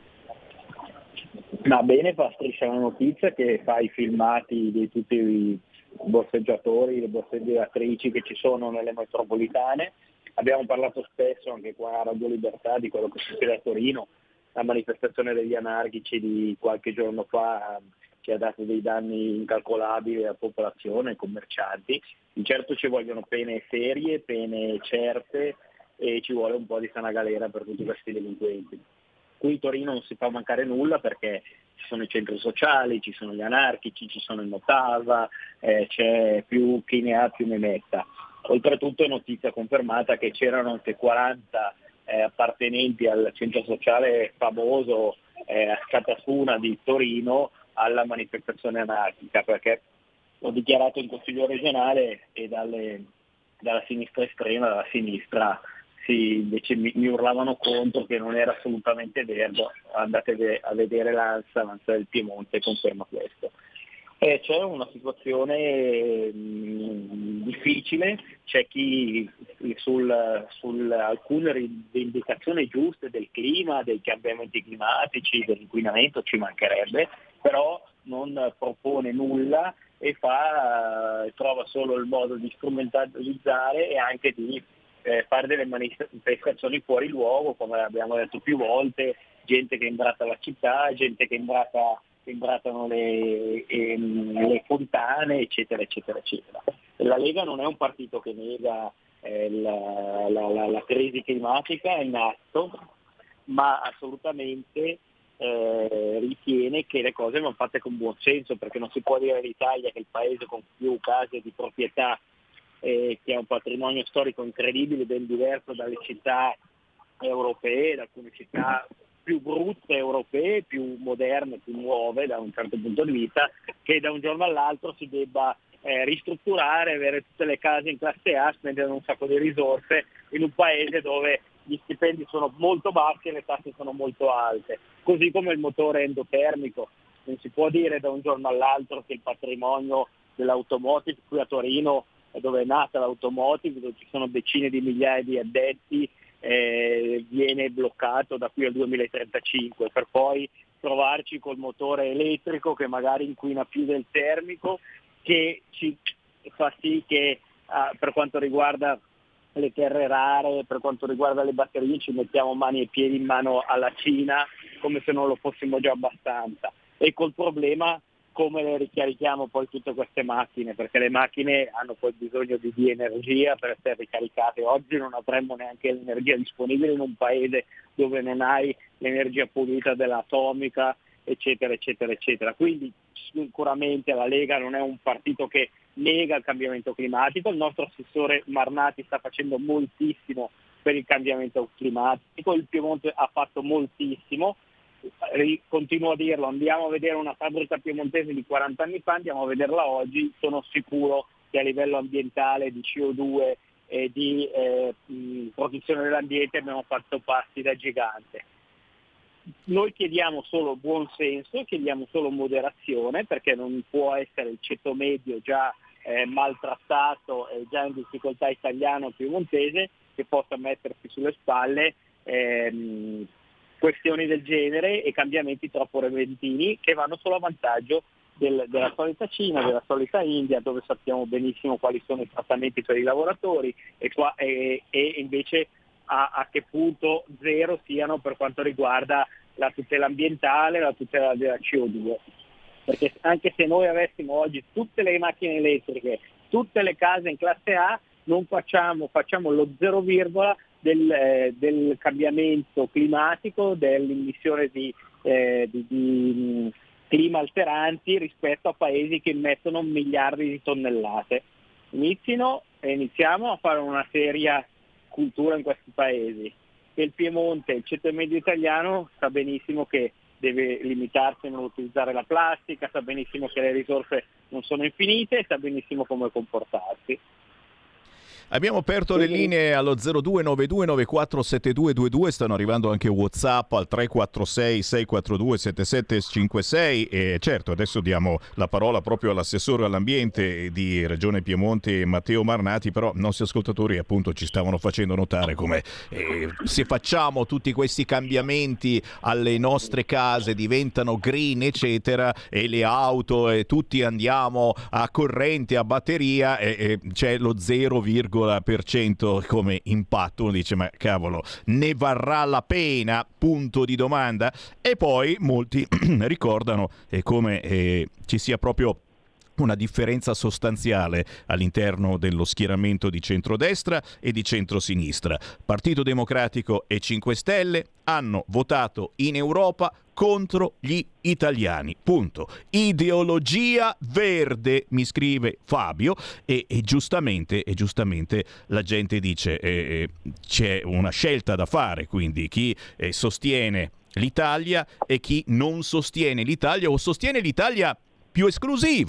Ma bene, fa striscia la notizia che fa i filmati di tutti i borseggiatori, le borseggiatrici che ci sono nelle metropolitane. Abbiamo parlato spesso anche qua a Radio Libertà di quello che succede a Torino, la manifestazione degli anarchici di qualche giorno fa che ha dato dei danni incalcolabili alla popolazione, ai commercianti. Di certo ci vogliono pene serie, pene certe e ci vuole un po' di sana galera per tutti questi delinquenti. Qui a Torino non si fa mancare nulla perché ci sono i centri sociali, ci sono gli anarchici, ci sono il Notava, c'è più chi ne ha più ne metta. Oltretutto è notizia confermata che c'erano anche 40 appartenenti al centro sociale famoso a Scatasuna di Torino alla manifestazione anarchica, perché l'ho dichiarato in Consiglio regionale e dalla sinistra estrema, dalla sinistra, invece mi urlavano contro, che non era assolutamente vero. Andate a vedere l'ANSA del Piemonte conferma questo. C'è una situazione difficile, c'è chi su alcune rivendicazioni giuste del clima, dei cambiamenti climatici, dell'inquinamento, ci mancherebbe, però non propone nulla e trova solo il modo di strumentalizzare e anche di fare delle manifestazioni fuori luogo, come abbiamo detto più volte, gente che imbratta la città, gente che imbrattano le fontane, eccetera, eccetera, eccetera. La Lega non è un partito che nega la crisi climatica in atto, ma assolutamente ritiene che le cose vanno fatte con buon senso, perché non si può dire l'Italia, che è il paese con più case di proprietà, che ha un patrimonio storico incredibile, ben diverso dalle città europee, da alcune città più brutte europee, più moderne, più nuove da un certo punto di vista, che da un giorno all'altro si debba ristrutturare, avere tutte le case in classe A, spendere un sacco di risorse in un paese dove gli stipendi sono molto bassi e le tasse sono molto alte. Così come il motore endotermico, non si può dire da un giorno all'altro che il patrimonio dell'automotive qui a Torino, dove è nata l'automotive, dove ci sono decine di migliaia di addetti, viene bloccato da qui al 2035, per poi trovarci col motore elettrico che magari inquina più del termico, che ci fa sì che per quanto riguarda le terre rare, per quanto riguarda le batterie, ci mettiamo mani e piedi in mano alla Cina come se non lo fossimo già abbastanza, e col problema come le ricarichiamo poi tutte queste macchine, perché le macchine hanno poi bisogno di energia per essere ricaricate. Oggi non avremmo neanche l'energia disponibile in un paese dove non hai l'energia pulita dell'atomica, eccetera, eccetera, eccetera. Quindi sicuramente la Lega non è un partito che nega il cambiamento climatico, il nostro assessore Marnati sta facendo moltissimo per il cambiamento climatico, il Piemonte ha fatto moltissimo. Continuo a dirlo, andiamo a vedere una fabbrica piemontese di 40 anni fa, andiamo a vederla oggi, sono sicuro che a livello ambientale, di CO2 e di protezione dell'ambiente abbiamo fatto passi da gigante. Noi chiediamo solo buon senso, chiediamo solo moderazione, perché non può essere il ceto medio già maltrattato e già in difficoltà italiano o piemontese che possa mettersi sulle spalle questioni del genere e cambiamenti troppo repentini che vanno solo a vantaggio della solita Cina, della solita India, dove sappiamo benissimo quali sono i trattamenti per i lavoratori e invece a che punto zero siano per quanto riguarda la tutela ambientale, la tutela della CO2. Perché anche se noi avessimo oggi tutte le macchine elettriche, tutte le case in classe A, non facciamo lo 0, del cambiamento climatico, dell'emissione di clima alteranti rispetto a paesi che emettono miliardi di tonnellate. Iniziamo a fare una seria cultura in questi paesi. E il Piemonte, il ceto medio italiano, sa benissimo che deve limitarsi a non utilizzare la plastica, sa benissimo che le risorse non sono infinite e sa benissimo come comportarsi. Abbiamo aperto le linee allo 0292947222, stanno arrivando anche WhatsApp al 346-642-7756 e certo adesso diamo la parola proprio all'assessore all'ambiente di Regione Piemonte Matteo Marnati, però i nostri ascoltatori appunto ci stavano facendo notare come se facciamo tutti questi cambiamenti alle nostre case diventano green eccetera e le auto e tutti andiamo a corrente, a batteria e c'è lo 0,% come impatto. Uno dice ma cavolo, ne varrà la pena? Punto di domanda. E poi molti ricordano come ci sia proprio una differenza sostanziale all'interno dello schieramento di centrodestra e di centrosinistra. Partito Democratico e 5 Stelle hanno votato in Europa contro gli italiani. Punto. Ideologia verde, mi scrive Fabio, e giustamente la gente dice c'è una scelta da fare, quindi chi sostiene l'Italia e chi non sostiene l'Italia o sostiene l'Italia più esclusiva,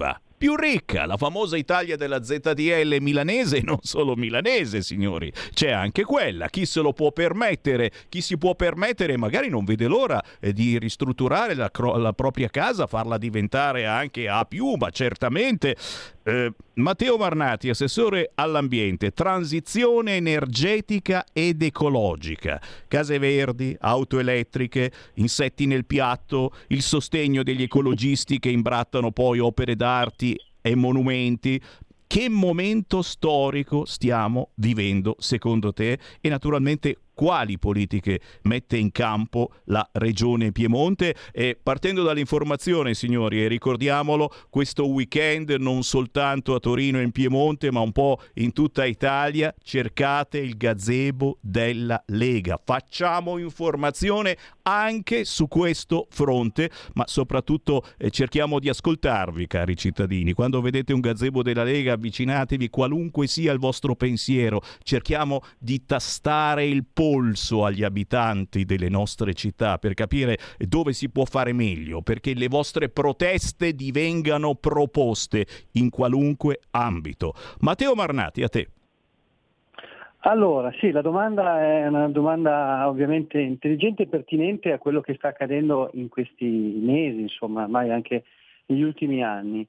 più ricca, la famosa Italia della ZTL milanese, e non solo milanese, signori, c'è anche quella. Chi se lo può permettere, chi si può permettere, magari non vede l'ora di ristrutturare la propria casa, farla diventare anche A+, ma certamente. Matteo Marnati, assessore all'ambiente, transizione energetica ed ecologica, case verdi, auto elettriche, insetti nel piatto, il sostegno degli ecologisti che imbrattano poi opere d'arte e monumenti. Che momento storico stiamo vivendo secondo te? E naturalmente quali politiche mette in campo la Regione Piemonte? E partendo dall'informazione, signori, e ricordiamolo, questo weekend non soltanto a Torino e in Piemonte, ma un po' in tutta Italia, cercate il gazebo della Lega. Facciamo informazione anche su questo fronte, ma soprattutto cerchiamo di ascoltarvi, cari cittadini. Quando vedete un gazebo della Lega, avvicinatevi, qualunque sia il vostro pensiero. Cerchiamo di tastare il polso agli abitanti delle nostre città per capire dove si può fare meglio, perché le vostre proteste divengano proposte in qualunque ambito. Matteo Marnati, a te. Allora, sì, la domanda è una domanda ovviamente intelligente e pertinente a quello che sta accadendo in questi mesi, insomma, ormai anche negli ultimi anni.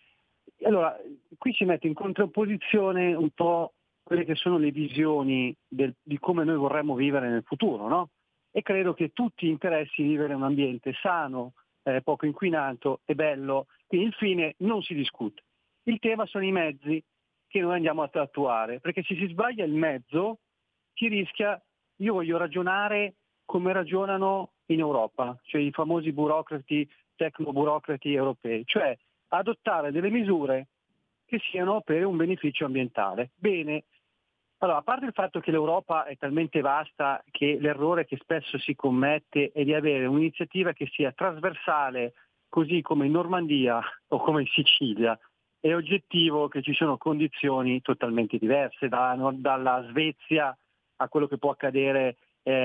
Allora, qui si mette in contrapposizione un po' quelle che sono le visioni di come noi vorremmo vivere nel futuro, no? E credo che tutti interessi vivere in un ambiente sano, poco inquinato e bello, quindi il fine non si discute. Il tema sono i mezzi che noi andiamo ad attuare, perché se si sbaglia il mezzo si rischia, io voglio ragionare come ragionano in Europa, cioè i famosi burocrati, tecnoburocrati europei, cioè adottare delle misure che siano per un beneficio ambientale. Bene, allora, a parte il fatto che l'Europa è talmente vasta che l'errore che spesso si commette è di avere un'iniziativa che sia trasversale, così come in Normandia o come in Sicilia. È oggettivo che ci sono condizioni totalmente diverse, dalla Svezia a quello che può accadere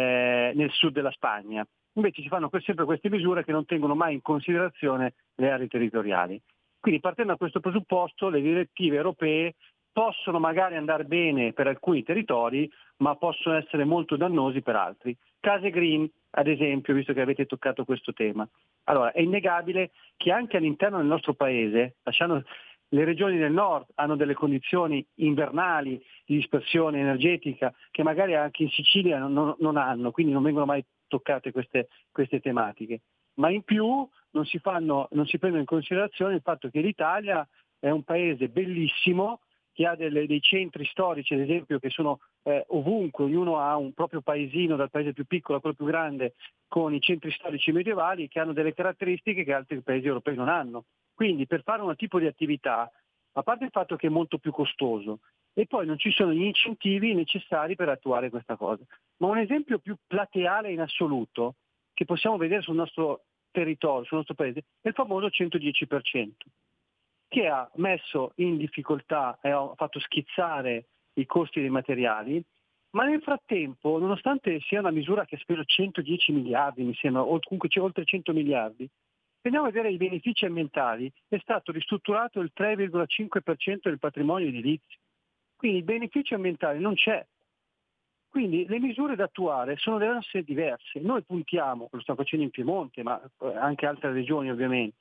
nel sud della Spagna. Invece si fanno sempre queste misure che non tengono mai in considerazione le aree territoriali. Quindi partendo da questo presupposto le direttive europee possono magari andare bene per alcuni territori, ma possono essere molto dannosi per altri. Case green, ad esempio, visto che avete toccato questo tema. Allora, è innegabile che anche all'interno del nostro paese, lasciando le regioni del nord hanno delle condizioni invernali di dispersione energetica che magari anche in Sicilia non hanno, quindi non vengono mai toccate queste tematiche. Ma in più non si prendono in considerazione il fatto che l'Italia è un paese bellissimo, che ha dei centri storici, ad esempio, che sono ovunque, ognuno ha un proprio paesino, dal paese più piccolo a quello più grande, con i centri storici medievali che hanno delle caratteristiche che altri paesi europei non hanno. Quindi per fare un tipo di attività, a parte il fatto che è molto più costoso, e poi non ci sono gli incentivi necessari per attuare questa cosa. Ma un esempio più plateale in assoluto, che possiamo vedere sul nostro territorio, sul nostro paese, è il famoso 110%, che ha messo in difficoltà e ha fatto schizzare i costi dei materiali, ma nel frattempo, nonostante sia una misura che ha speso 110 miliardi, mi sembra, o comunque c'è oltre 100 miliardi, se andiamo a vedere i benefici ambientali, è stato ristrutturato il 3,5% del patrimonio edilizio. Quindi il beneficio ambientale non c'è. Quindi le misure da attuare devono essere diverse. Noi puntiamo, lo stiamo facendo in Piemonte, ma anche altre regioni ovviamente,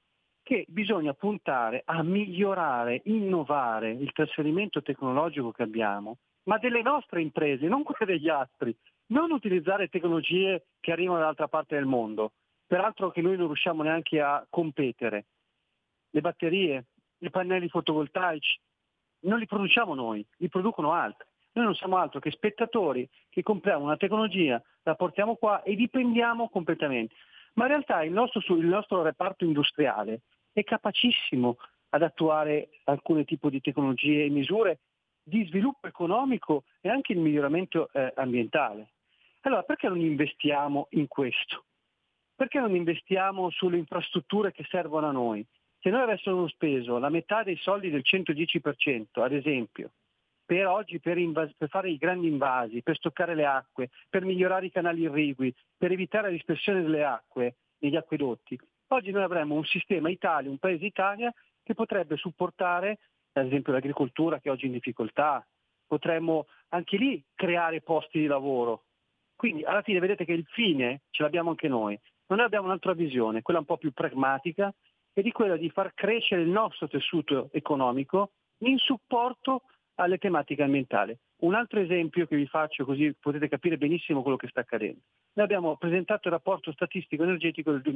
che bisogna puntare a migliorare, innovare il trasferimento tecnologico che abbiamo, ma delle nostre imprese, non quelle degli altri. Non utilizzare tecnologie che arrivano dall'altra parte del mondo, peraltro che noi non riusciamo neanche a competere. Le batterie, i pannelli fotovoltaici, non li produciamo noi, li producono altri. Noi non siamo altro che spettatori che compriamo una tecnologia, la portiamo qua e dipendiamo completamente. Ma in realtà il nostro reparto industriale è capacissimo ad attuare alcune tipi di tecnologie e misure di sviluppo economico e anche il miglioramento ambientale. Allora perché non investiamo in questo? Perché non investiamo sulle infrastrutture che servono a noi? Se noi avessimo speso la metà dei soldi del 110%, ad esempio, per oggi per fare i grandi invasi, per stoccare le acque, per migliorare i canali irrigui, per evitare la dispersione delle acque negli acquedotti, oggi noi avremmo un sistema Italia, un paese Italia, che potrebbe supportare ad esempio l'agricoltura che oggi è in difficoltà. Potremmo anche lì creare posti di lavoro. Quindi alla fine vedete che il fine ce l'abbiamo anche noi. Noi abbiamo un'altra visione, quella un po' più pragmatica, e di quella di far crescere il nostro tessuto economico in supporto alle tematiche ambientali. Un altro esempio che vi faccio, così potete capire benissimo quello che sta accadendo. Noi abbiamo presentato il rapporto statistico energetico del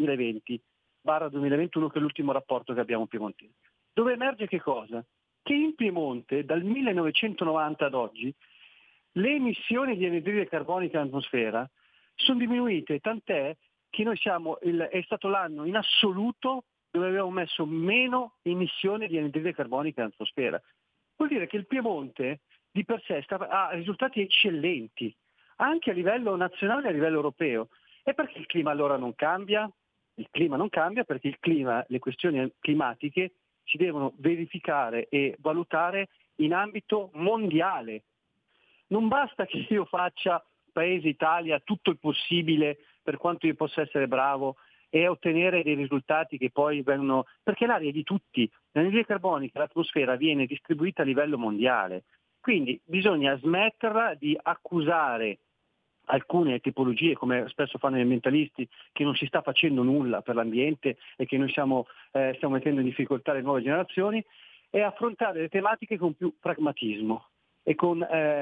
2020/2021, che è l'ultimo rapporto che abbiamo piemontese, dove emerge che cosa? Che in Piemonte dal 1990 ad oggi le emissioni di anidride carbonica in atmosfera sono diminuite, tant'è che noi è stato l'anno in assoluto dove abbiamo messo meno emissioni di anidride carbonica in atmosfera. Vuol dire che il Piemonte di per sé ha risultati eccellenti, anche a livello nazionale e a livello europeo. E perché il clima allora non cambia? Il clima non cambia perché le questioni climatiche si devono verificare e valutare in ambito mondiale. Non basta che io faccia, Paese Italia, tutto il possibile per quanto io possa essere bravo e ottenere dei risultati che poi vengono... Perché l'aria è di tutti, l'anidride carbonica, l'atmosfera viene distribuita a livello mondiale. Quindi bisogna smetterla di accusare alcune tipologie, come spesso fanno gli ambientalisti, che non si sta facendo nulla per l'ambiente e che noi stiamo mettendo in difficoltà le nuove generazioni, e affrontare le tematiche con più pragmatismo e con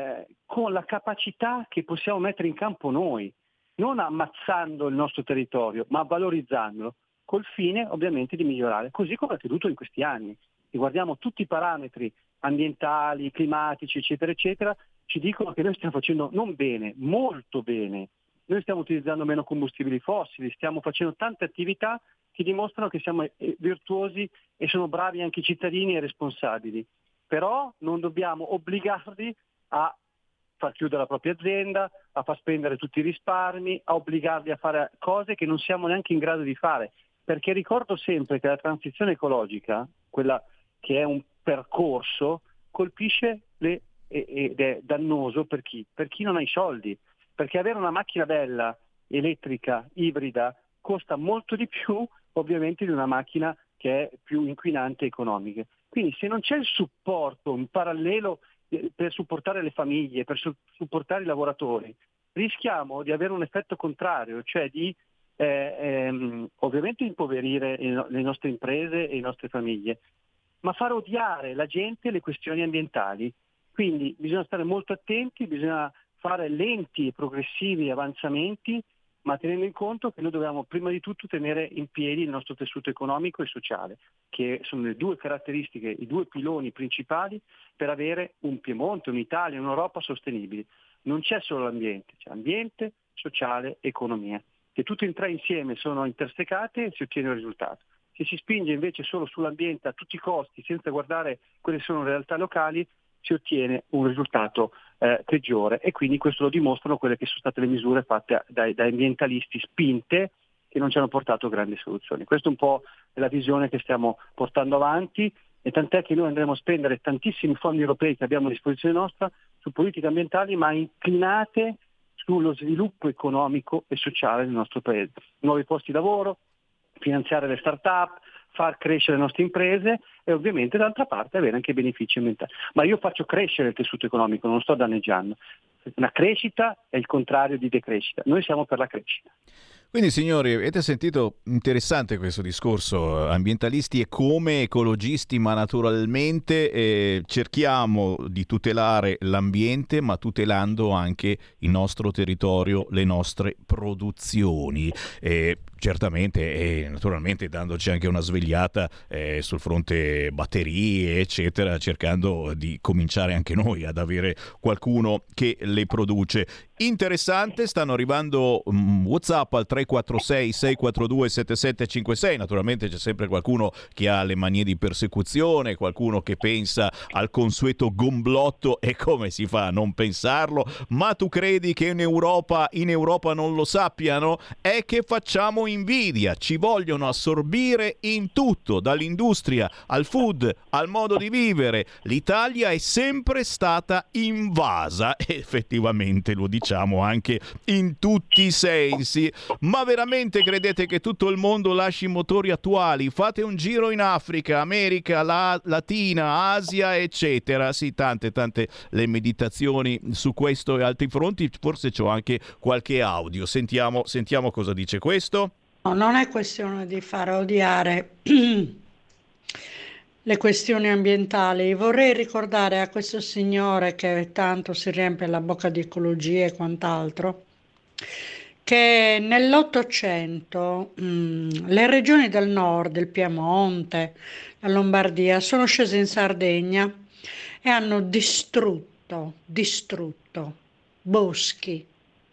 la capacità che possiamo mettere in campo noi, non ammazzando il nostro territorio, ma valorizzandolo, col fine ovviamente di migliorare, così come è accaduto in questi anni. Se guardiamo tutti i parametri ambientali, climatici, eccetera, eccetera, ci dicono che noi stiamo facendo non bene, molto bene. Noi stiamo utilizzando meno combustibili fossili, stiamo facendo tante attività che dimostrano che siamo virtuosi e sono bravi anche i cittadini e responsabili. Però non dobbiamo obbligarli a far chiudere la propria azienda, a far spendere tutti i risparmi, a obbligarli a fare cose che non siamo neanche in grado di fare. Perché ricordo sempre che la transizione ecologica, quella che è un percorso, colpisce ed è dannoso per chi? Per chi non ha i soldi. Perché avere una macchina bella, elettrica, ibrida, costa molto di più ovviamente di una macchina che è più inquinante e economica. Quindi se non c'è il supporto in parallelo per supportare le famiglie, per supportare i lavoratori, rischiamo di avere un effetto contrario, cioè di ovviamente impoverire le nostre imprese e le nostre famiglie, ma far odiare la gente le questioni ambientali. Quindi bisogna stare molto attenti, bisogna fare lenti e progressivi avanzamenti, ma tenendo in conto che noi dobbiamo prima di tutto tenere in piedi il nostro tessuto economico e sociale, che sono le due caratteristiche, i due piloni principali per avere un Piemonte, un'Italia, un'Europa sostenibili. Non c'è solo l'ambiente, c'è ambiente, sociale, economia. Se tutte e tre insieme sono intersecate si ottiene un risultato. Se si spinge invece solo sull'ambiente a tutti i costi, senza guardare quelle sono le realtà locali, si ottiene un risultato peggiore, e quindi questo lo dimostrano quelle che sono state le misure fatte dai ambientalisti spinte, che non ci hanno portato grandi soluzioni. Questa è un po' la visione che stiamo portando avanti, e tant'è che noi andremo a spendere tantissimi fondi europei che abbiamo a disposizione nostra su politiche ambientali, ma inclinate sullo sviluppo economico e sociale del nostro paese. Nuovi posti di lavoro, finanziare le start-up, far crescere le nostre imprese e ovviamente d'altra parte avere anche benefici ambientali. Ma io faccio crescere il tessuto economico, non sto danneggiando. Una crescita è il contrario di decrescita. Noi siamo per la crescita. Quindi signori, avete sentito? Interessante questo discorso, ambientalisti e come ecologisti, ma naturalmente cerchiamo di tutelare l'ambiente, ma tutelando anche il nostro territorio, le nostre produzioni. Certamente e naturalmente dandoci anche una svegliata sul fronte batterie eccetera, cercando di cominciare anche noi ad avere qualcuno che le produce. Interessante, stanno arrivando WhatsApp al 346 642 7756. Naturalmente c'è sempre qualcuno che ha le manie di persecuzione, qualcuno che pensa al consueto gomblotto, e come si fa a non pensarlo? Ma tu credi che in Europa non lo sappiano? E che facciamo invidia, ci vogliono assorbire in tutto, dall'industria al food, al modo di vivere. L'Italia è sempre stata invasa, e effettivamente lo diciamo anche in tutti i sensi. Ma veramente credete che tutto il mondo lasci i motori attuali? Fate un giro in Africa, America Latina, Asia, eccetera. Sì, tante le meditazioni su questo e altri fronti. Forse c'ho anche qualche audio. Sentiamo cosa dice questo. No, non è questione di fare odiare le questioni ambientali. Vorrei ricordare a questo signore che tanto si riempie la bocca di ecologia e quant'altro, che nell'Ottocento le regioni del nord, il Piemonte, la Lombardia, sono scese in Sardegna e hanno distrutto boschi,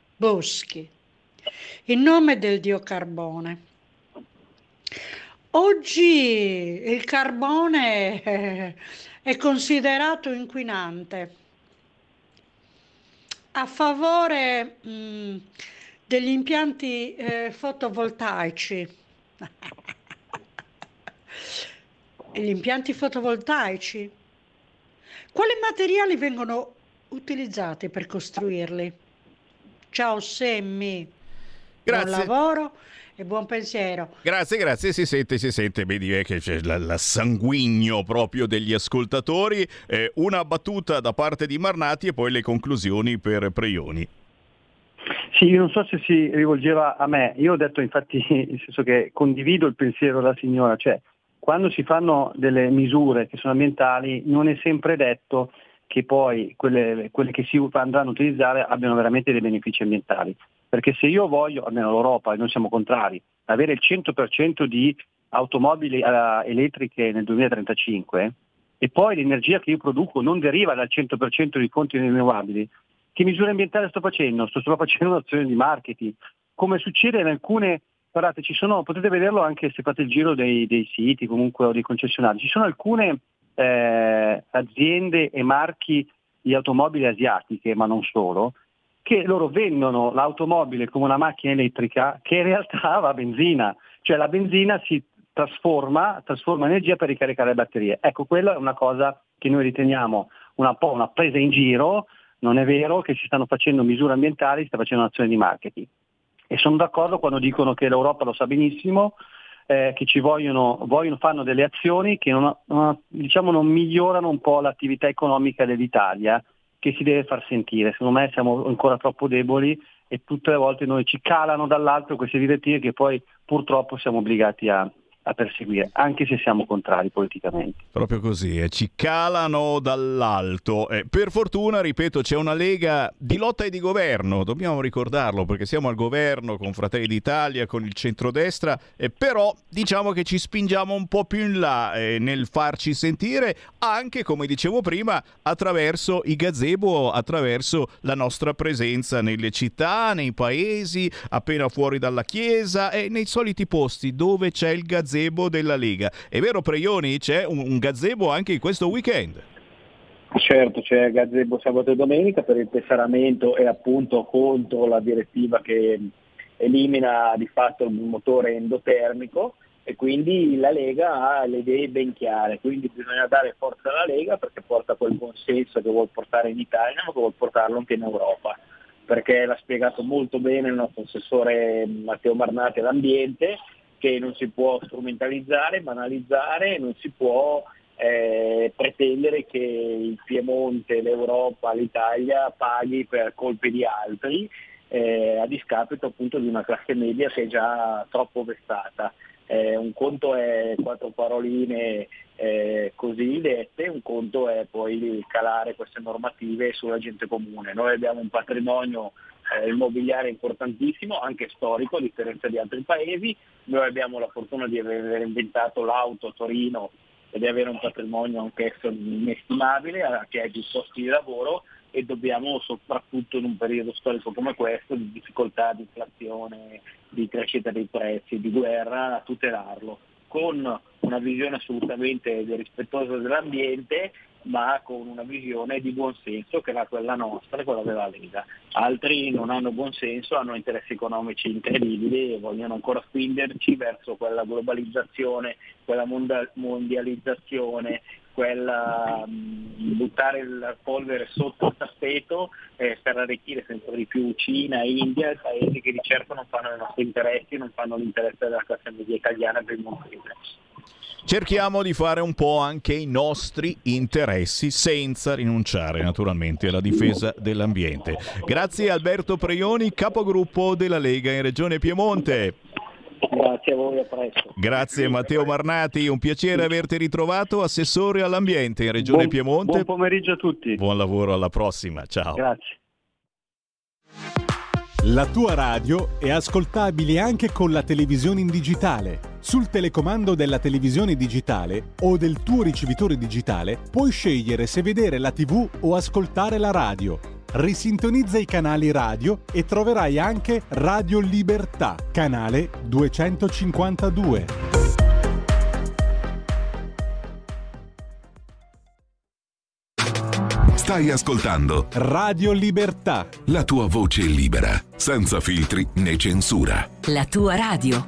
in nome del dio carbone. Oggi il carbone è considerato inquinante a favore degli impianti fotovoltaici. Gli impianti fotovoltaici. Quali materiali vengono utilizzati per costruirli? Ciao Semmi, grazie. Buon lavoro e buon pensiero. Grazie, si sente, vedi che c'è la sanguigno proprio degli ascoltatori. Una battuta da parte di Marnati e poi le conclusioni per Preioni. Sì, io non so se si rivolgeva a me, io ho detto infatti nel senso che condivido il pensiero della signora, cioè quando si fanno delle misure che sono ambientali non è sempre detto che poi quelle che si andranno a utilizzare abbiano veramente dei benefici ambientali. Perché se io voglio, almeno l'Europa, e noi siamo contrari, avere il 100% di automobili elettriche nel 2035 e poi l'energia che io produco non deriva dal 100% di fonti rinnovabili, che misure ambientali sto facendo? Sto solo facendo un'azione di marketing. Come succede in alcune, guardate, potete vederlo anche se fate il giro dei siti comunque o dei concessionari, ci sono alcune aziende e marchi di automobili asiatiche, ma non solo, che loro vendono l'automobile come una macchina elettrica che in realtà va a benzina, cioè la benzina si trasforma energia per ricaricare le batterie. Ecco, quella è una cosa che noi riteniamo un po' una presa in giro. Non è vero che si stanno facendo misure ambientali, si sta facendo un'azione di marketing. E sono d'accordo quando dicono che l'Europa lo sa benissimo, che ci fanno delle azioni che non migliorano un po' l'attività economica dell'Italia, che si deve far sentire. Secondo me siamo ancora troppo deboli e tutte le volte noi ci calano dall'alto queste direttive che poi purtroppo siamo obbligati a perseguire, anche se siamo contrari politicamente. Proprio così, ci calano dall'alto. Per fortuna, ripeto, c'è una Lega di lotta e di governo, dobbiamo ricordarlo, perché siamo al governo con Fratelli d'Italia, con il centrodestra, però diciamo che ci spingiamo un po' più in là nel farci sentire, anche, come dicevo prima, attraverso i gazebo, attraverso la nostra presenza nelle città, nei paesi, appena fuori dalla chiesa e nei soliti posti dove c'è il gazebo della Lega. È vero, Preioni? C'è un gazebo anche in questo weekend? Certo, c'è gazebo sabato e domenica per il tesseramento e appunto contro la direttiva che elimina di fatto il motore endotermico, e quindi la Lega ha le idee ben chiare, quindi bisogna dare forza alla Lega perché porta quel buon senso che vuol portare in Italia, ma che vuol portarlo anche in Europa, perché l'ha spiegato molto bene il nostro assessore Matteo Marnati all'ambiente, che non si può strumentalizzare, banalizzare, non si può pretendere che il Piemonte, l'Europa, l'Italia paghi per colpe di altri, a discapito appunto di una classe media che è già troppo vessata. Un conto è 4 paroline così dette, un conto è poi calare queste normative sulla gente comune. Noi abbiamo un patrimonio immobiliare importantissimo, anche storico, a differenza di altri paesi. Noi abbiamo la fortuna di aver inventato l'auto a Torino e di avere un patrimonio anch'esso inestimabile che ha più posti di lavoro, e dobbiamo, soprattutto in un periodo storico come questo, di difficoltà, di inflazione, di crescita dei prezzi, di guerra, tutelarlo. con una visione assolutamente rispettosa dell'ambiente, ma con una visione di buonsenso che era quella nostra e quella della Lega. Altri non hanno buonsenso, hanno interessi economici incredibili e vogliono ancora spingerci verso quella globalizzazione, quella mondializzazione, quella buttare la polvere sotto il tappeto per arricchire sempre di più Cina, India, paesi che di certo non fanno i nostri interessi, non fanno l'interesse della classe media italiana e del mondo intero. Cerchiamo di fare un po' anche i nostri interessi senza rinunciare naturalmente alla difesa dell'ambiente. Grazie Alberto Preioni, capogruppo della Lega in Regione Piemonte. Grazie a voi, a presto. Grazie Matteo Marnati, un piacere averti ritrovato, assessore all'ambiente in Regione Piemonte. Buon pomeriggio a tutti. Buon lavoro, alla prossima, ciao. Grazie. La tua radio è ascoltabile anche con la televisione in digitale. Sul telecomando della televisione digitale o del tuo ricevitore digitale puoi scegliere se vedere la TV o ascoltare la radio. Risintonizza i canali radio e troverai anche Radio Libertà, canale 252. Stai ascoltando Radio Libertà, la tua voce libera, senza filtri né censura. La tua radio.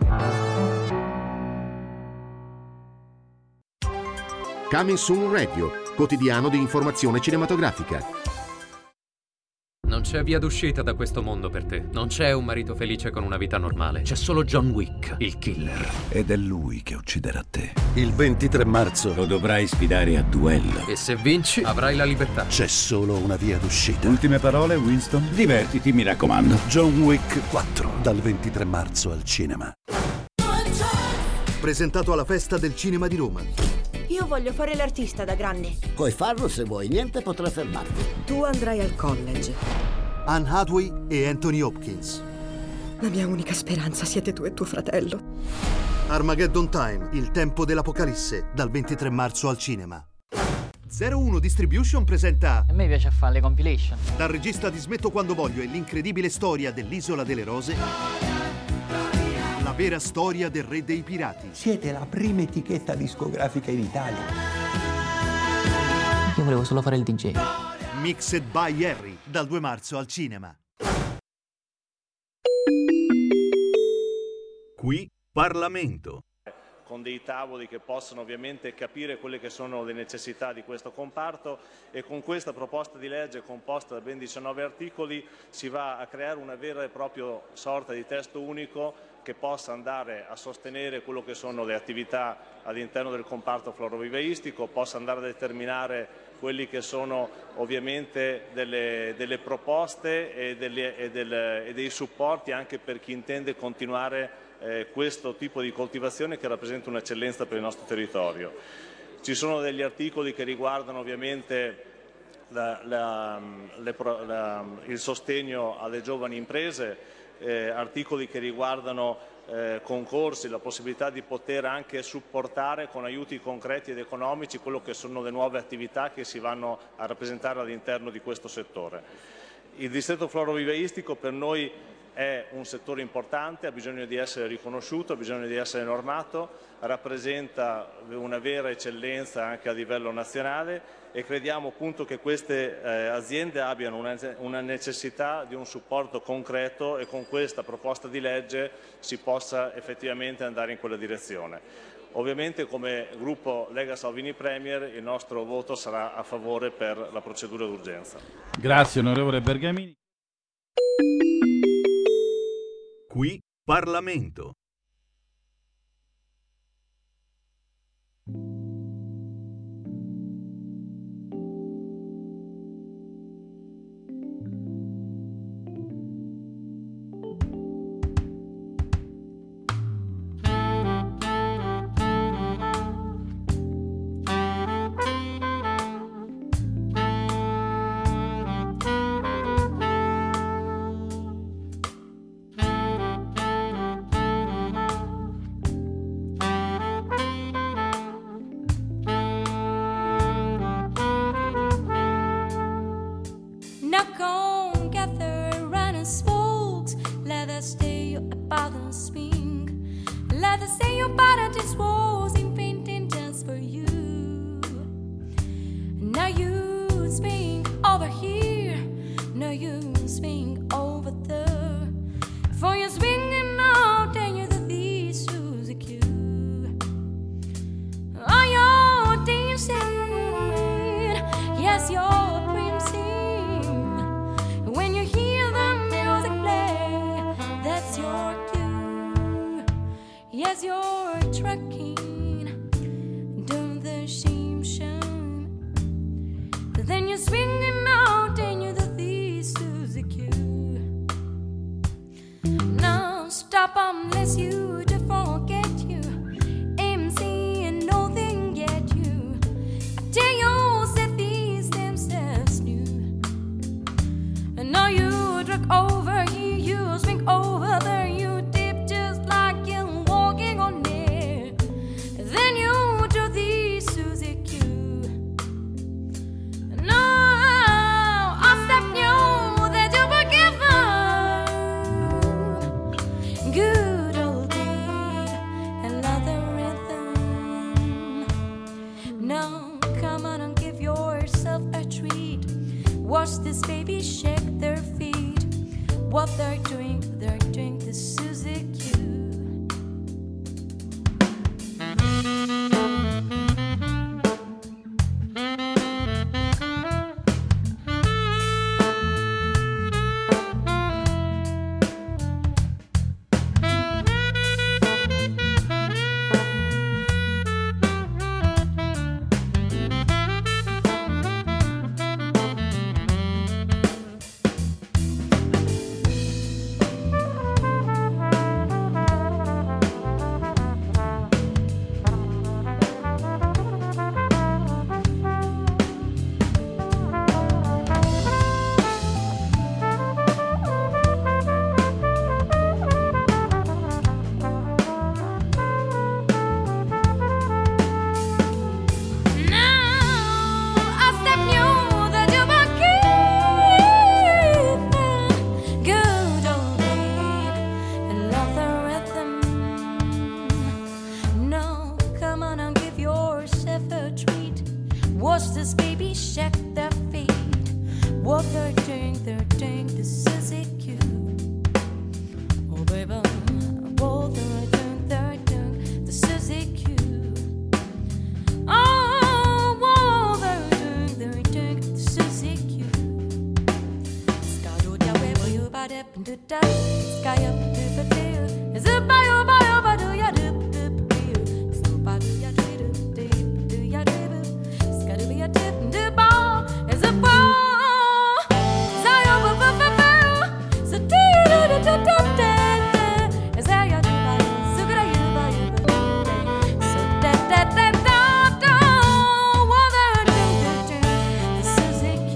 Coming Soon Radio, quotidiano di informazione cinematografica. Non c'è via d'uscita da questo mondo per te. Non c'è un marito felice con una vita normale. C'è solo John Wick, il killer. Ed è lui che ucciderà te. Il 23 marzo lo dovrai sfidare a duello. E se vinci, avrai la libertà. C'è solo una via d'uscita. Ultime parole, Winston? Divertiti, mi raccomando. John Wick 4, dal 23 marzo al cinema. Presentato alla Festa del Cinema di Roma. Io voglio fare l'artista da grande. Puoi farlo se vuoi, niente potrà fermarti. Tu andrai al college. Anne Hathaway e Anthony Hopkins. La mia unica speranza siete tu e tuo fratello. Armageddon Time, il tempo dell'apocalisse, dal 23 marzo al cinema. 01 Distribution presenta... A me piace fare le compilation. Dal regista di Smetto quando voglio e l'incredibile storia dell'Isola delle Rose... La vera storia del re dei pirati. Siete la prima etichetta discografica in Italia. Io volevo solo fare il DJ. Mixed by Harry, dal 2 marzo al cinema. Qui Parlamento. Con dei tavoli che possano ovviamente capire quelle che sono le necessità di questo comparto, e con questa proposta di legge composta da ben 19 articoli si va a creare una vera e propria sorta di testo unico che possa andare a sostenere quello che sono le attività all'interno del comparto florovivaistico, possa andare a determinare quelli che sono ovviamente delle proposte e dei supporti anche per chi intende continuare questo tipo di coltivazione che rappresenta un'eccellenza per il nostro territorio. Ci sono degli articoli che riguardano ovviamente il sostegno alle giovani imprese, articoli che riguardano concorsi, la possibilità di poter anche supportare con aiuti concreti ed economici quello che sono le nuove attività che si vanno a rappresentare all'interno di questo settore. Il distretto florovivaistico per noi è un settore importante, ha bisogno di essere riconosciuto, ha bisogno di essere normato, rappresenta una vera eccellenza anche a livello nazionale e crediamo appunto che queste aziende abbiano una necessità di un supporto concreto e con questa proposta di legge si possa effettivamente andare in quella direzione. Ovviamente come gruppo Lega Salvini Premier il nostro voto sarà a favore per la procedura d'urgenza. Grazie onorevole Bergamini. Qui Parlamento. over here, no you swing over there. For you're swinging out and you're the Susie Q. Oh, you're dancing, yes, you're prancing. When you hear the music play, that's your cue. Yes, you're trucking down the same shine. Then you're swinging out and you're the Susie Q. Now stop unless you to forget you. MC and nothing yet you. I tell you, set these themselves new. And now you drag over here, you swing over there, you dip just like you're walking on air. Then you do the Susie Q. Now I step you that you forgiven. Good old beat and leather rhythm. Now come on and give yourself a treat. Watch this baby shake their feet. What they're doing the Susie Q. Watch this baby shake their feet. What they're doing the Susie Q. Oh baby, what they're doing the Susie Q. Oh, what they're doing the Susie Q. Sky do ya where you body up and do that. Sky up and do the deal. Is it by your do ya do do do. So by do ya do do do ya do. Gotta be a tip and the ball is a ball. So you so do is that you do so good you so that what they're doing the Susie Q.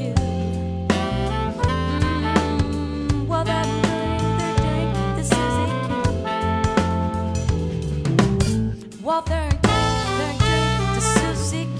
What they're doing the Susie Q. What they're doing the Susie Q.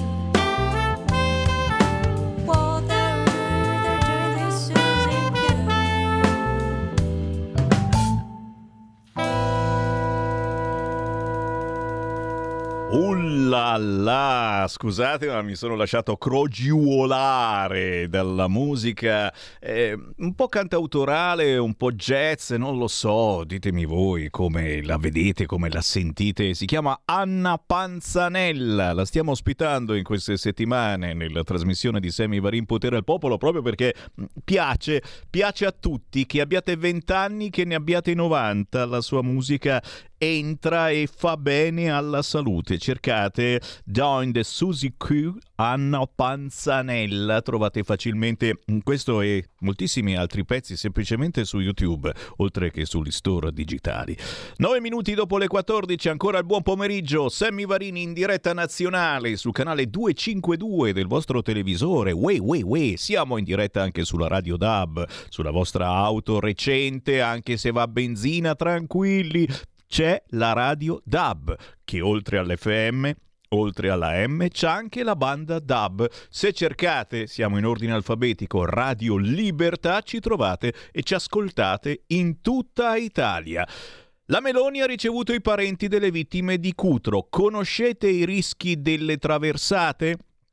La la, scusate ma mi sono lasciato crogiuolare dalla musica un po' cantautorale, un po' jazz, non lo so, ditemi voi come la vedete, come la sentite. Si chiama Anna Panzanella, la stiamo ospitando in queste settimane nella trasmissione di Sammy Varin Potere al Popolo, proprio perché piace a tutti, che abbiate 20 anni, che ne abbiate 90, la sua musica entra e fa bene alla salute. Cercate Join the Susie Q, Anna Panzanella, trovate facilmente questo e moltissimi altri pezzi semplicemente su YouTube, oltre che sugli store digitali. 9 minuti dopo le 14, ancora il buon pomeriggio, Sammy Varini in diretta nazionale su canale 252 del vostro televisore. Siamo in diretta anche sulla Radio DAB, sulla vostra auto recente, anche se va a benzina, tranquilli. C'è la radio DAB, che oltre all'FM, oltre alla M, c'è anche la banda DAB. Se cercate, siamo in ordine alfabetico, Radio Libertà, ci trovate e ci ascoltate in tutta Italia. La Meloni ha ricevuto i parenti delle vittime di Cutro. Conoscete i rischi delle traversate?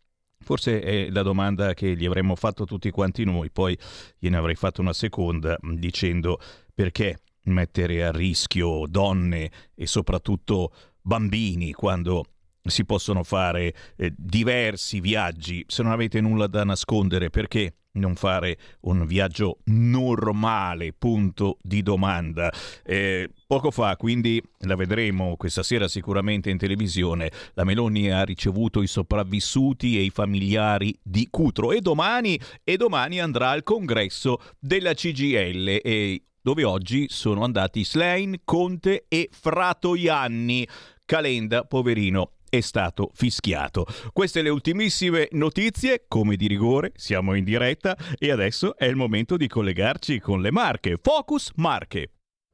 Forse è la domanda che gli avremmo fatto tutti quanti noi, poi gliene avrei fatto una seconda dicendo perché mettere a rischio donne e soprattutto bambini quando si possono fare diversi viaggi. Se non avete nulla da nascondere, perché non fare un viaggio normale? Punto di domanda. Poco fa, quindi la vedremo questa sera sicuramente in televisione, la Meloni ha ricevuto i sopravvissuti e i familiari di Cutro e domani andrà al congresso della CGIL, e dove oggi sono andati Schlein, Conte e Fratoianni. Calenda, poverino, è stato fischiato. Queste le ultimissime notizie, come di rigore, siamo in diretta e adesso è il momento di collegarci con le Marche. Focus Marche.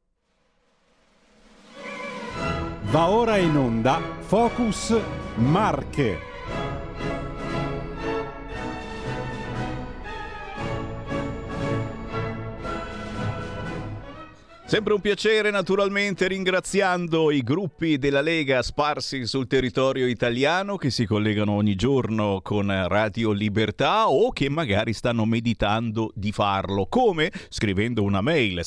Va ora in onda Focus Marche. Sempre un piacere, naturalmente, ringraziando i gruppi della Lega sparsi sul territorio italiano che si collegano ogni giorno con Radio Libertà o che magari stanno meditando di farlo. Come? Scrivendo una mail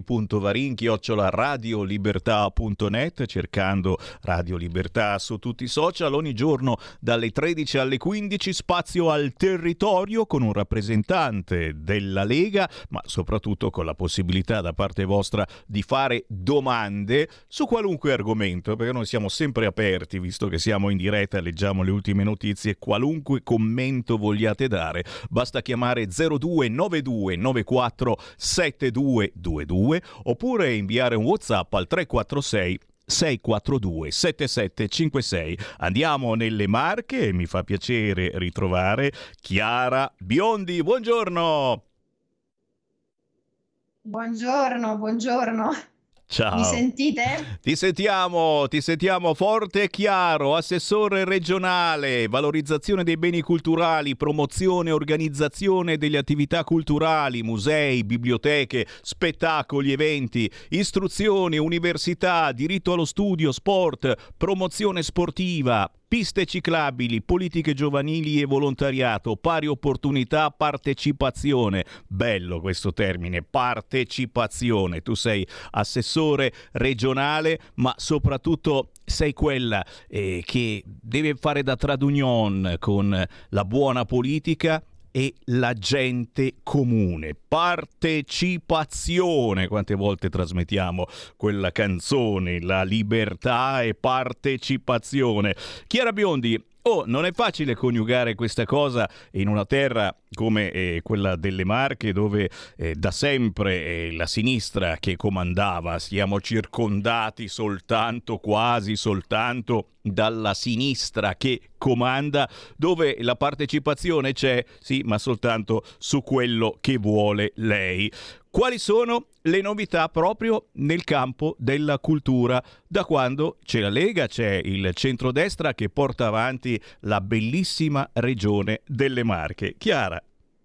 sammy.varin@radiolibertà.net, cercando Radio Libertà su tutti i social. Ogni giorno dalle 13 alle 15 spazio al territorio con un rappresentante della Lega, ma soprattutto con la possibilità da parte vostra di fare domande su qualunque argomento, perché noi siamo sempre aperti, visto che siamo in diretta e leggiamo le ultime notizie. Qualunque commento vogliate dare, basta chiamare 0292 94 7222 oppure inviare un WhatsApp al 346 642 7756. Andiamo nelle Marche e mi fa piacere ritrovare Chiara Biondi. Buongiorno. Buongiorno. Ciao. Mi sentite? Ti sentiamo forte e chiaro. Assessore regionale, valorizzazione dei beni culturali, promozione e organizzazione delle attività culturali, musei, biblioteche, spettacoli, eventi, istruzione, università, diritto allo studio, sport, promozione sportiva, piste ciclabili, politiche giovanili e volontariato, pari opportunità, partecipazione. Bello questo termine, partecipazione. Tu sei assessore regionale, ma soprattutto sei quella che deve fare da trade union con la buona politica e la gente comune. Partecipazione, quante volte trasmettiamo quella canzone, la libertà e partecipazione. Chiara Biondi, non è facile coniugare questa cosa in una terra come quella delle Marche, dove da sempre la sinistra che comandava. Siamo circondati quasi soltanto dalla sinistra che comanda, dove la partecipazione c'è, sì, ma soltanto su quello che vuole lei. Quali sono le novità proprio nel campo della cultura? Da quando c'è la Lega, c'è il centrodestra che porta avanti la bellissima regione delle Marche. Chiara.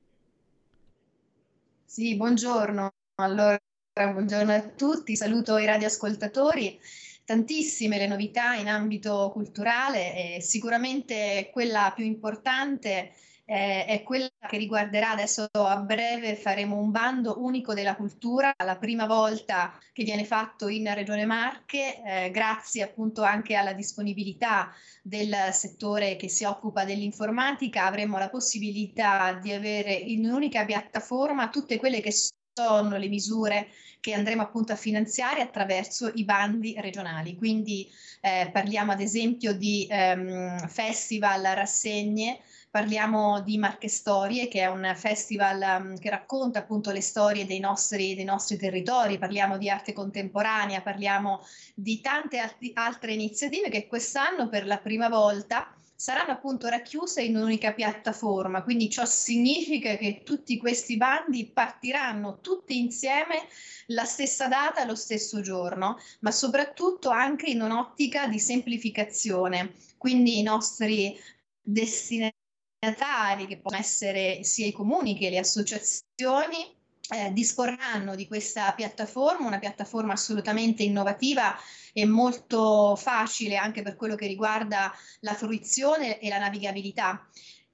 Sì, buongiorno. Allora, buongiorno a tutti, saluto i radioascoltatori. Tantissime le novità in ambito culturale, sicuramente quella più importante è quella che riguarderà, adesso a breve faremo un bando unico della cultura, la prima volta che viene fatto in Regione Marche, grazie appunto anche alla disponibilità del settore che si occupa dell'informatica. Avremo la possibilità di avere in un'unica piattaforma tutte quelle che sono le misure che andremo appunto a finanziare attraverso i bandi regionali. Quindi parliamo ad esempio di festival, rassegne, parliamo di Marche Storie, che è un festival che racconta appunto le storie dei nostri territori, parliamo di arte contemporanea, parliamo di tante altre iniziative che quest'anno per la prima volta saranno appunto racchiuse in un'unica piattaforma. Quindi ciò significa che tutti questi bandi partiranno tutti insieme la stessa data, lo stesso giorno, ma soprattutto anche in un'ottica di semplificazione. Quindi i nostri destinatari, che possono essere sia i comuni che le associazioni, disporranno di questa piattaforma, una piattaforma assolutamente innovativa e molto facile anche per quello che riguarda la fruizione e la navigabilità.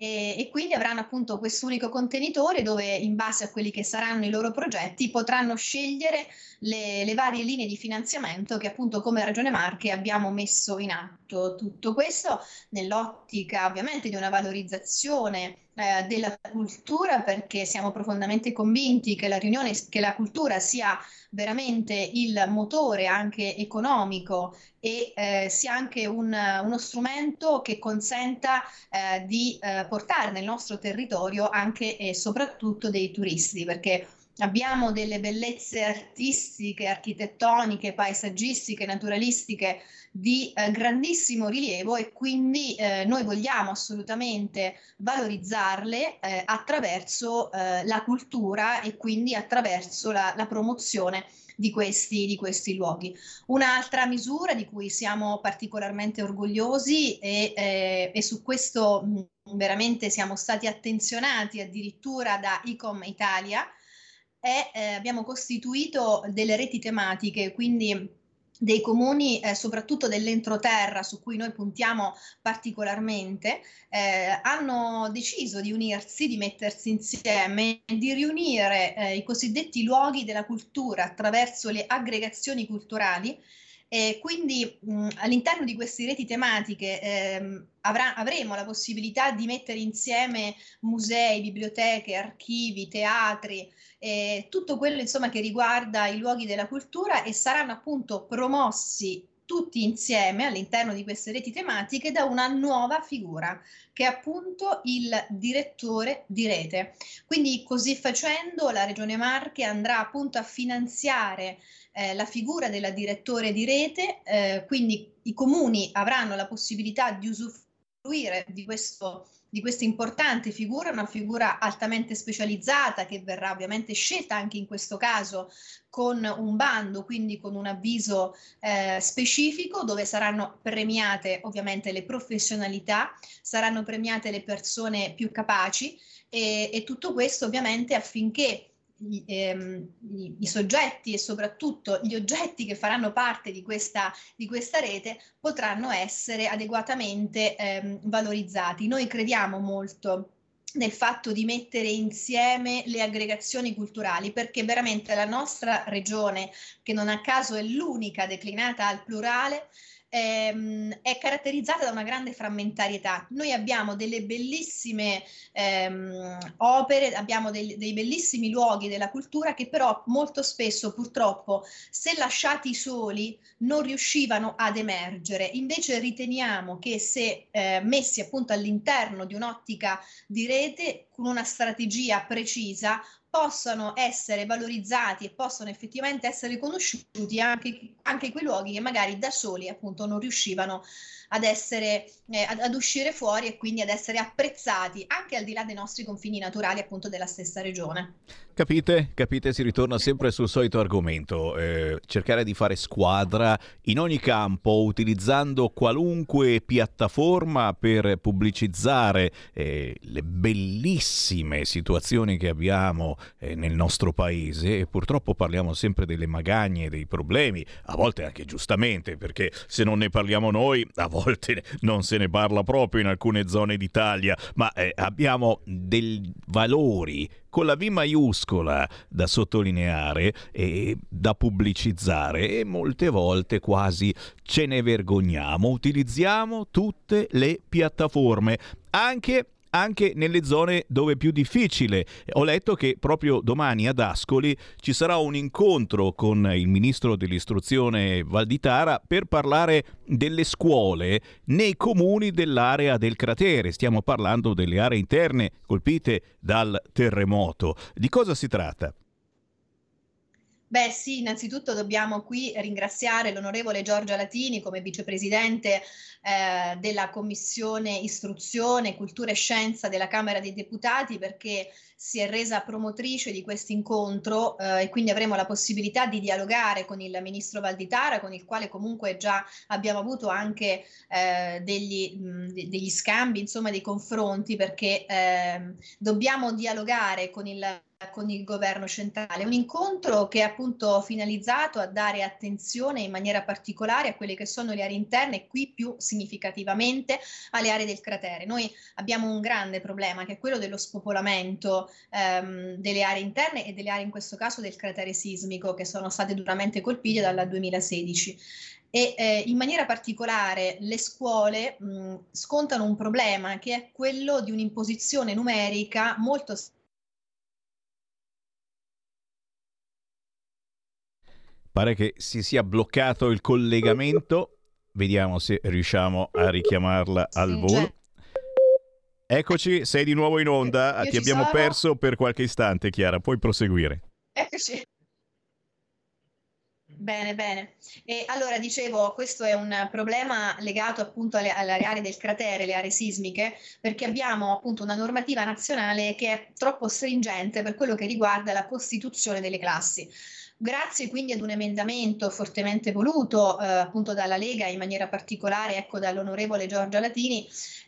e quindi avranno appunto questo unico contenitore dove, in base a quelli che saranno i loro progetti, potranno scegliere le varie linee di finanziamento che appunto come Regione Marche abbiamo messo in atto. Tutto questo nell'ottica ovviamente di una valorizzazione della cultura, perché siamo profondamente convinti che la cultura sia veramente il motore anche economico e sia anche uno strumento che consenta di portare nel nostro territorio anche e soprattutto dei turisti, perché abbiamo delle bellezze artistiche, architettoniche, paesaggistiche, naturalistiche di grandissimo rilievo, e quindi noi vogliamo assolutamente valorizzarle attraverso la cultura e quindi attraverso la promozione di questi luoghi. Un'altra misura di cui siamo particolarmente orgogliosi e su questo veramente siamo stati attenzionati addirittura da ICOM Italia, abbiamo costituito delle reti tematiche, quindi dei comuni, soprattutto dell'entroterra, su cui noi puntiamo particolarmente, hanno deciso di unirsi, di mettersi insieme, di riunire i cosiddetti luoghi della cultura attraverso le aggregazioni culturali. Quindi all'interno di queste reti tematiche avremo la possibilità di mettere insieme musei, biblioteche, archivi, teatri, tutto quello insomma che riguarda i luoghi della cultura, e saranno appunto promossi tutti insieme all'interno di queste reti tematiche da una nuova figura, che è appunto il direttore di rete. Quindi così facendo la Regione Marche andrà appunto a finanziare la figura della direttore di rete, quindi i comuni avranno la possibilità di usufruire di questa importante figura, una figura altamente specializzata che verrà ovviamente scelta anche in questo caso con un bando, quindi con un avviso specifico, dove saranno premiate ovviamente le professionalità, saranno premiate le persone più capaci, e tutto questo ovviamente affinché i soggetti e soprattutto gli oggetti che faranno parte di questa rete potranno essere adeguatamente valorizzati. Noi crediamo molto nel fatto di mettere insieme le aggregazioni culturali, perché veramente la nostra regione, che non a caso è l'unica declinata al plurale, è caratterizzata da una grande frammentarietà. Noi abbiamo delle bellissime opere, abbiamo dei bellissimi luoghi della cultura che però molto spesso purtroppo, se lasciati soli, non riuscivano ad emergere. Invece riteniamo che se messi appunto all'interno di un'ottica di rete, con una strategia precisa, possano essere valorizzati e possono effettivamente essere conosciuti anche quei luoghi che magari da soli appunto non riuscivano ad essere ad uscire fuori, e quindi ad essere apprezzati anche al di là dei nostri confini naturali appunto della stessa regione. Capite? Si ritorna sempre sul solito argomento, cercare di fare squadra in ogni campo, utilizzando qualunque piattaforma per pubblicizzare le bellissime situazioni che abbiamo nel nostro paese, e purtroppo parliamo sempre delle magagne, dei problemi, a volte anche giustamente, perché se non ne parliamo noi, a volte non se ne parla proprio in alcune zone d'Italia, ma abbiamo dei valori con la V maiuscola da sottolineare e da pubblicizzare, e molte volte quasi ce ne vergogniamo. Utilizziamo tutte le piattaforme, anche nelle zone dove è più difficile. Ho letto che proprio domani ad Ascoli ci sarà un incontro con il ministro dell'istruzione Valditara per parlare delle scuole nei comuni dell'area del cratere. Stiamo parlando delle aree interne colpite dal terremoto. Di cosa si tratta? Beh sì, innanzitutto dobbiamo qui ringraziare l'onorevole Giorgia Latini come vicepresidente della Commissione Istruzione, Cultura e Scienza della Camera dei Deputati, perché si è resa promotrice di questo incontro e quindi avremo la possibilità di dialogare con il ministro Valditara, con il quale comunque già abbiamo avuto anche degli scambi, insomma dei confronti, perché dobbiamo dialogare con il con il governo centrale. Un incontro che è appunto finalizzato a dare attenzione in maniera particolare a quelle che sono le aree interne e qui più significativamente alle aree del cratere. Noi abbiamo un grande problema che è quello dello spopolamento delle aree interne e delle aree in questo caso del cratere sismico che sono state duramente colpite dal 2016. E in maniera particolare le scuole scontano un problema che è quello di un'imposizione numerica molto. Pare che si sia bloccato il collegamento, vediamo se riusciamo a richiamarla al volo. Eccoci, sei di nuovo in onda, ti abbiamo perso per qualche istante, Chiara, puoi proseguire. Eccoci. Bene, bene. E allora dicevo, questo è un problema legato appunto alle aree del cratere, le aree sismiche, perché abbiamo appunto una normativa nazionale che è troppo stringente per quello che riguarda la costituzione delle classi. Grazie quindi ad un emendamento fortemente voluto appunto dalla Lega, in maniera particolare ecco dall'onorevole Giorgia Latini,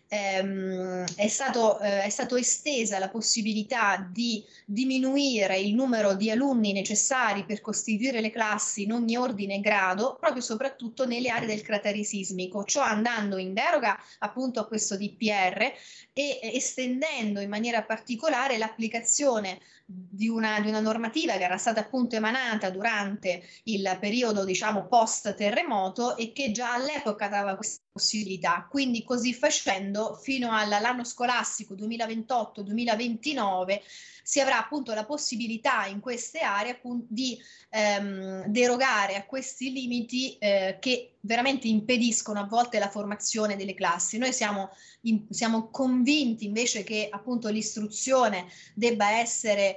è stato estesa la possibilità di diminuire il numero di alunni necessari per costituire le classi in ogni ordine e grado, proprio soprattutto nelle aree del cratere sismico, ciò andando in deroga appunto a questo DPR e estendendo in maniera particolare l'applicazione di una normativa che era stata appunto emanata durante il periodo diciamo post terremoto e che già all'epoca dava questa possibilità. Quindi così facendo fino all'anno scolastico 2028-2029 si avrà appunto la possibilità in queste aree appunto di derogare a questi limiti che veramente impediscono a volte la formazione delle classi. Noi siamo convinti invece che appunto l'istruzione debba essere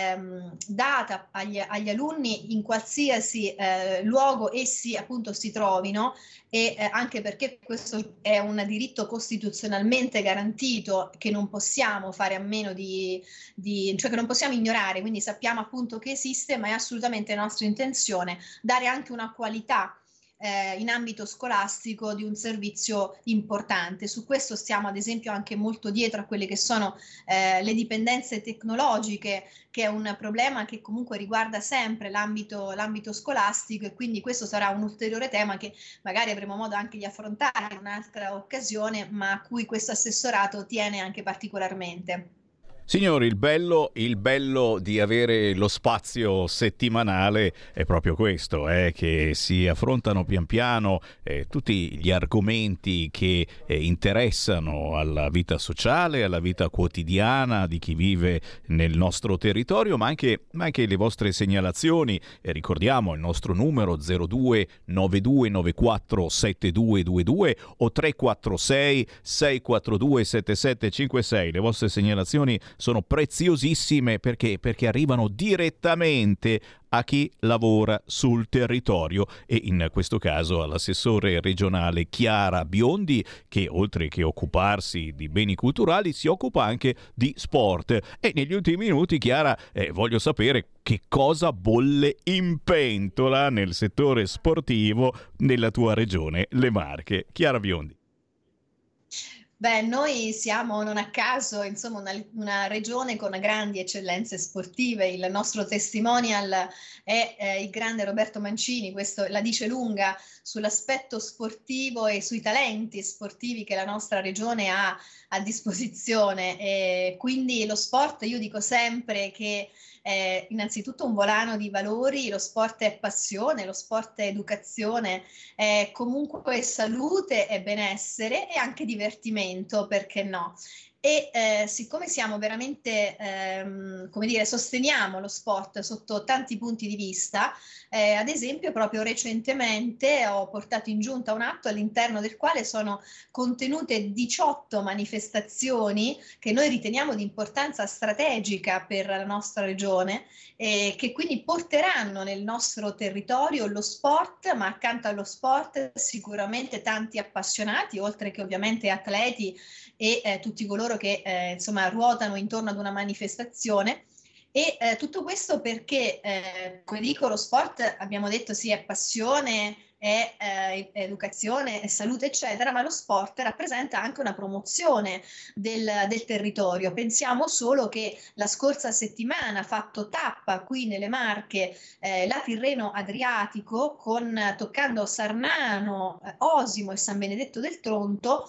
data agli alunni in qualsiasi luogo essi appunto si trovino e anche perché questo è un diritto costituzionalmente garantito che non possiamo fare a meno cioè che non possiamo ignorare, quindi sappiamo appunto che esiste, ma è assolutamente nostra intenzione dare anche una qualità in ambito scolastico di un servizio importante. Su questo stiamo ad esempio anche molto dietro a quelle che sono le dipendenze tecnologiche, che è un problema che comunque riguarda sempre l'ambito scolastico e quindi questo sarà un ulteriore tema che magari avremo modo anche di affrontare in un'altra occasione, ma a cui questo assessorato tiene anche particolarmente. Signori, il bello di avere lo spazio settimanale è proprio questo, che si affrontano pian piano tutti gli argomenti che interessano alla vita sociale, alla vita quotidiana di chi vive nel nostro territorio, ma anche le vostre segnalazioni. Ricordiamo il nostro numero 02 9294 7222 o 346 642 7756. Le vostre segnalazioni sono preziosissime perché arrivano direttamente a chi lavora sul territorio e in questo caso all'assessore regionale Chiara Biondi, che oltre che occuparsi di beni culturali si occupa anche di sport. E negli ultimi minuti, Chiara, voglio sapere che cosa bolle in pentola nel settore sportivo nella tua regione, le Marche. Chiara Biondi. Beh, noi siamo non a caso, insomma, una regione con grandi eccellenze sportive. Il nostro testimonial è il grande Roberto Mancini, questo la dice lunga sull'aspetto sportivo e sui talenti sportivi che la nostra regione ha a disposizione. E quindi lo sport, io dico sempre che è innanzitutto un volano di valori, lo sport è passione, lo sport è educazione, è comunque salute e benessere e anche divertimento, perché no? E siccome siamo veramente, come dire, sosteniamo lo sport sotto tanti punti di vista, ad esempio proprio recentemente ho portato in giunta un atto all'interno del quale sono contenute 18 manifestazioni che noi riteniamo di importanza strategica per la nostra regione e che quindi porteranno nel nostro territorio lo sport, ma accanto allo sport sicuramente tanti appassionati, oltre che ovviamente atleti e tutti coloro che insomma ruotano intorno ad una manifestazione. E tutto questo perché, come dico, lo sport abbiamo detto sì è passione, educazione e salute eccetera, ma lo sport rappresenta anche una promozione del territorio. Pensiamo solo che la scorsa settimana ha fatto tappa qui nelle Marche la Tirreno Adriatico, toccando Sarnano, Osimo e San Benedetto del Tronto,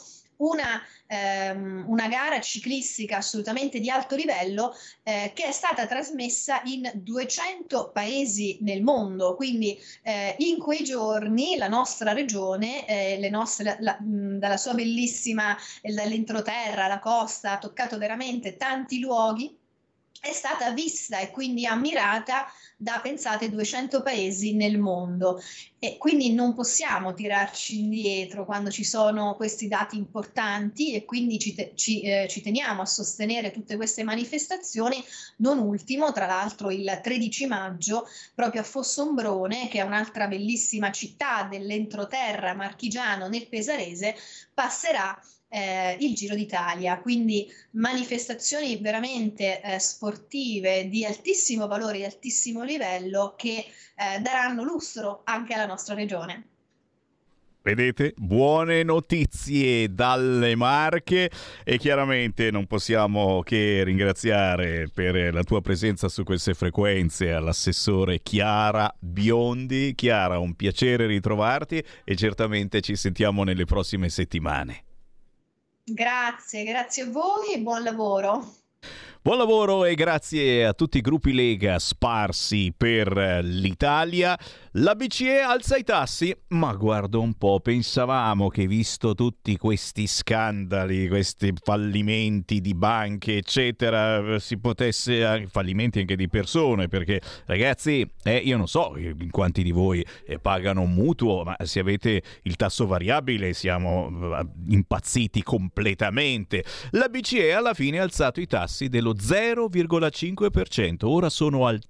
una gara ciclistica assolutamente di alto livello che è stata trasmessa in 200 paesi nel mondo. Quindi in quei giorni la nostra regione, dalla sua bellissima, dall'entroterra alla costa, ha toccato veramente tanti luoghi, è stata vista e quindi ammirata da, pensate, 200 paesi nel mondo, e quindi non possiamo tirarci indietro quando ci sono questi dati importanti, e quindi ci teniamo a sostenere tutte queste manifestazioni. Non ultimo, tra l'altro, il 13 maggio proprio a Fossombrone, che è un'altra bellissima città dell'entroterra marchigiano nel Pesarese, passerà il Giro d'Italia. Quindi manifestazioni veramente sportive di altissimo valore, di altissimo livello, che daranno lustro anche alla nostra regione. Vedete, buone notizie dalle Marche, e chiaramente non possiamo che ringraziare per la tua presenza su queste frequenze all'assessore Chiara Biondi. Chiara, un piacere ritrovarti e certamente ci sentiamo nelle prossime settimane. Grazie a voi e buon lavoro. Buon lavoro e grazie a tutti i gruppi Lega sparsi per l'Italia. La BCE alza i tassi, ma guarda un po', pensavamo che, visto tutti questi scandali, questi fallimenti di banche eccetera, si potesse, fallimenti anche di persone, perché ragazzi, io non so in quanti di voi pagano un mutuo, ma se avete il tasso variabile siamo impazziti completamente. La BCE alla fine ha alzato i tassi dello 0,5%, ora sono al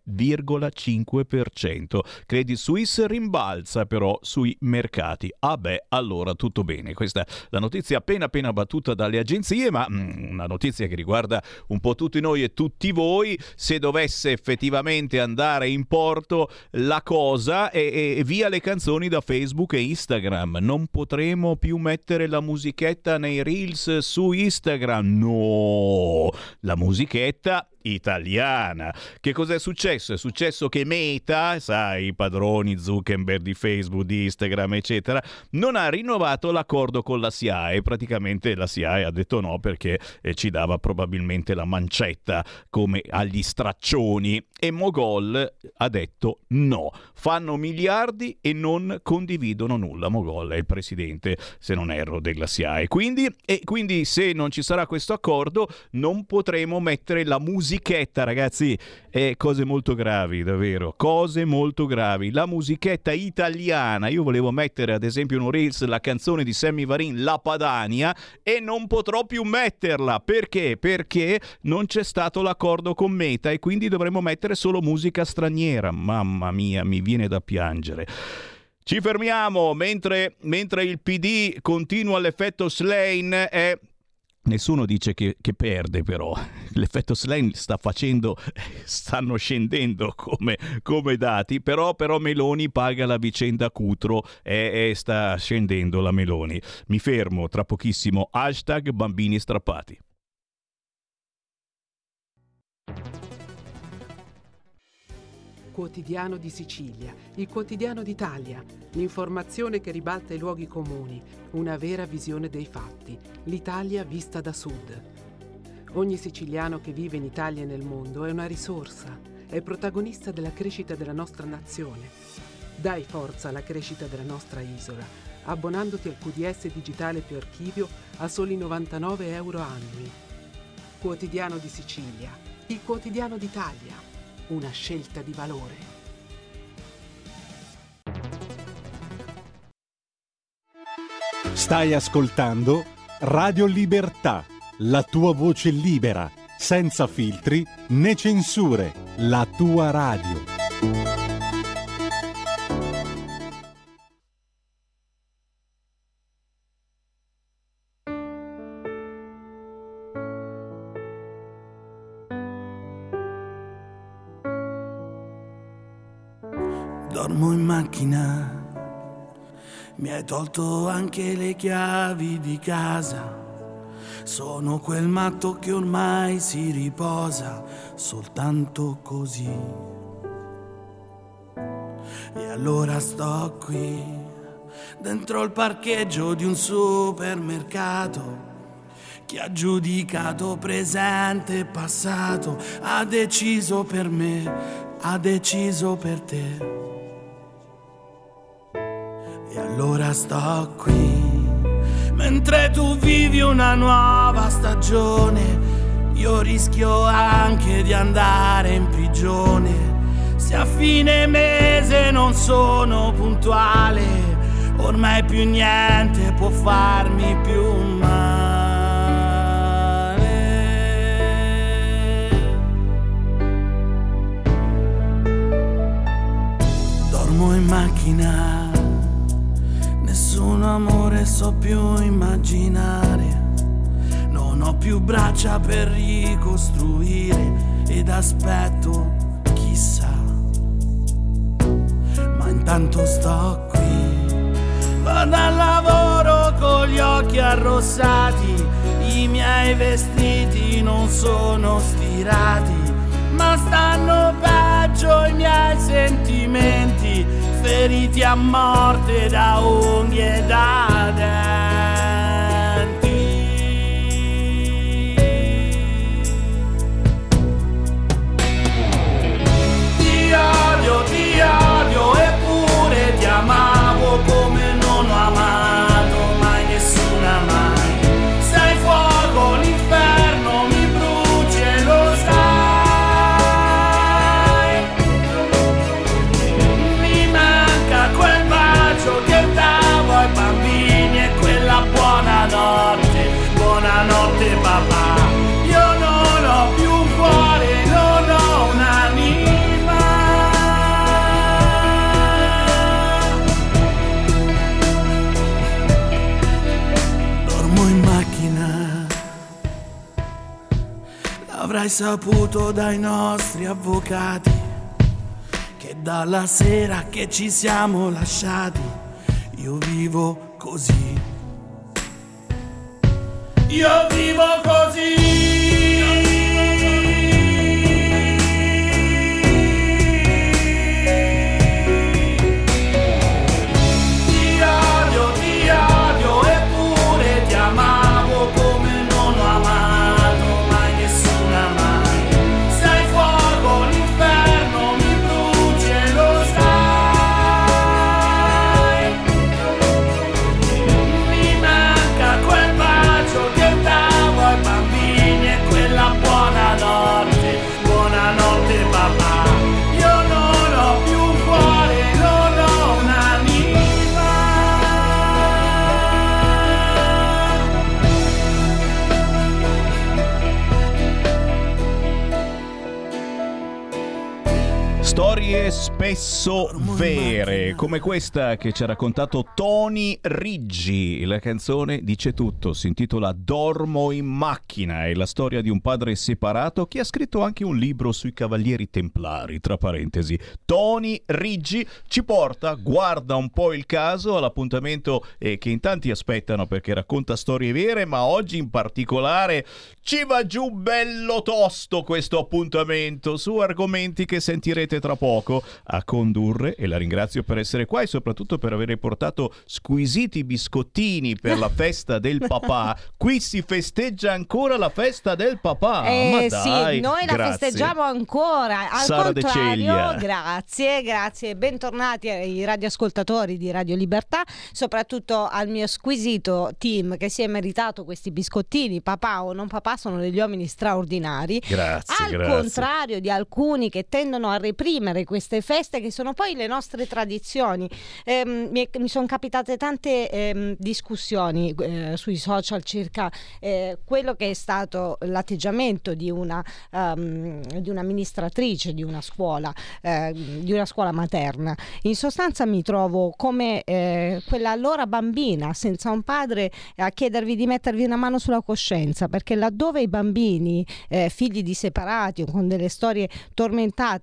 3,5%. Credit Suisse rimbalza però sui mercati. Allora tutto bene. Questa è la notizia appena battuta dalle agenzie, ma una notizia che riguarda un po' tutti noi e tutti voi. Se dovesse effettivamente andare in porto la cosa, e via le canzoni da Facebook e Instagram. Non potremo più mettere la musichetta nei Reels su Instagram. No, la musichetta italiana. Che cos'è successo? È successo che Meta, sai, i padroni Zuckerberg di Facebook, di Instagram eccetera, non ha rinnovato l'accordo con la SIAE. Praticamente la SIAE ha detto no, perché ci dava probabilmente la mancetta come agli straccioni, e Mogol ha detto no, fanno miliardi e non condividono nulla. Mogol è il presidente, se non erro, della SIAE. Quindi se non ci sarà questo accordo non potremo mettere la musichetta, ragazzi. Cose molto gravi, davvero, cose molto gravi. La musichetta italiana. Io volevo mettere ad esempio in un Reels la canzone di Sammy Varin, La Padania, e non potrò più metterla. Perché? Perché non c'è stato l'accordo con Meta, e quindi dovremo mettere solo musica straniera. Mamma mia, mi viene da piangere. Ci fermiamo mentre il PD continua l'effetto Slane. Nessuno dice che perde, però l'effetto Slane stanno scendendo come dati, però Meloni paga la vicenda Cutro e sta scendendo la Meloni. Mi fermo, tra pochissimo #bambini strappati. Quotidiano di Sicilia, il quotidiano d'Italia, l'informazione che ribalta i luoghi comuni, una vera visione dei fatti, l'Italia vista da sud. Ogni siciliano che vive in Italia e nel mondo è una risorsa, è protagonista della crescita della nostra nazione. Dai forza alla crescita della nostra isola, abbonandoti al QDS digitale più archivio a soli €99 annui. Quotidiano di Sicilia, il quotidiano d'Italia. Una scelta di valore. Stai ascoltando Radio Libertà, la tua voce libera, senza filtri né censure, la tua radio. Dormo in macchina Mi hai tolto anche le chiavi di casa. Sono quel matto che ormai si riposa soltanto così. E allora sto qui, dentro il parcheggio di un supermercato. Chi ha giudicato presente e passato ha deciso per me, ha deciso per te. E allora sto qui, mentre tu vivi una nuova stagione, io rischio anche di andare in prigione. Se a fine mese non sono puntuale, ormai più niente può farmi più male. Dormo in macchina, nessun amore so più immaginare. Non ho più braccia per ricostruire ed aspetto, chissà. Ma intanto sto qui, vado al lavoro con gli occhi arrossati. I miei vestiti non sono stirati, ma stanno peggio i miei sentimenti, feriti a morte da unghie e da denti. Ti odio, eppure ti amavo come non ho amato mai nessuna mai. Sei fuoco, l'inferno mi bruci e lo sai. Mi manca quel bacio che davo ai bambini e quella buonanotte papà. Io non ho più un cuore, non ho un'anima. Dormo in macchina, l'avrai saputo dai nostri avvocati, che dalla sera che ci siamo lasciati io vivo così. Io vivo così. Ti odio, eppure ti amavo come non ho amato mai nessuna mai. Sei fuoco, l'inferno mi bruci e lo sai. Mi manca quel bacio che davo ai bambini e quella buonanotte papà. Io non ho più un cuore, non ho un'anima. Storie spesso vere, come questa che ci ha raccontato Tony Riggi. La canzone dice tutto, si intitola Dormo in macchina, è la storia di un padre separato che ha scritto anche un libro sui Cavalieri Templari, tra parentesi. Tony Riggi ci porta, guarda un po' il caso, all'appuntamento che in tanti aspettano perché racconta storie vere, ma oggi in particolare ci va giù bello tosto questo appuntamento su argomenti che sentirete tra poco. A condurre, e la ringrazio per essere qua e soprattutto per aver portato squisiti biscottini per la festa del papà. Qui si festeggia ancora la festa del papà. Ma dai, sì, noi la festeggiamo ancora. Al Sara contrario, grazie, bentornati ai radioascoltatori di Radio Libertà, soprattutto al mio squisito team che si è meritato questi biscottini. Papà o non papà, sono degli uomini straordinari. Grazie. Al contrario di alcuni che tendono a reprimere queste feste che sono poi le nostre tradizioni. Mi sono capitate tante discussioni sui social circa quello che è stato l'atteggiamento di un'amministratrice di una scuola materna. In sostanza mi trovo come quella allora bambina senza un padre a chiedervi di mettervi una mano sulla coscienza, perché laddove i bambini figli di separati o con delle storie tormentate come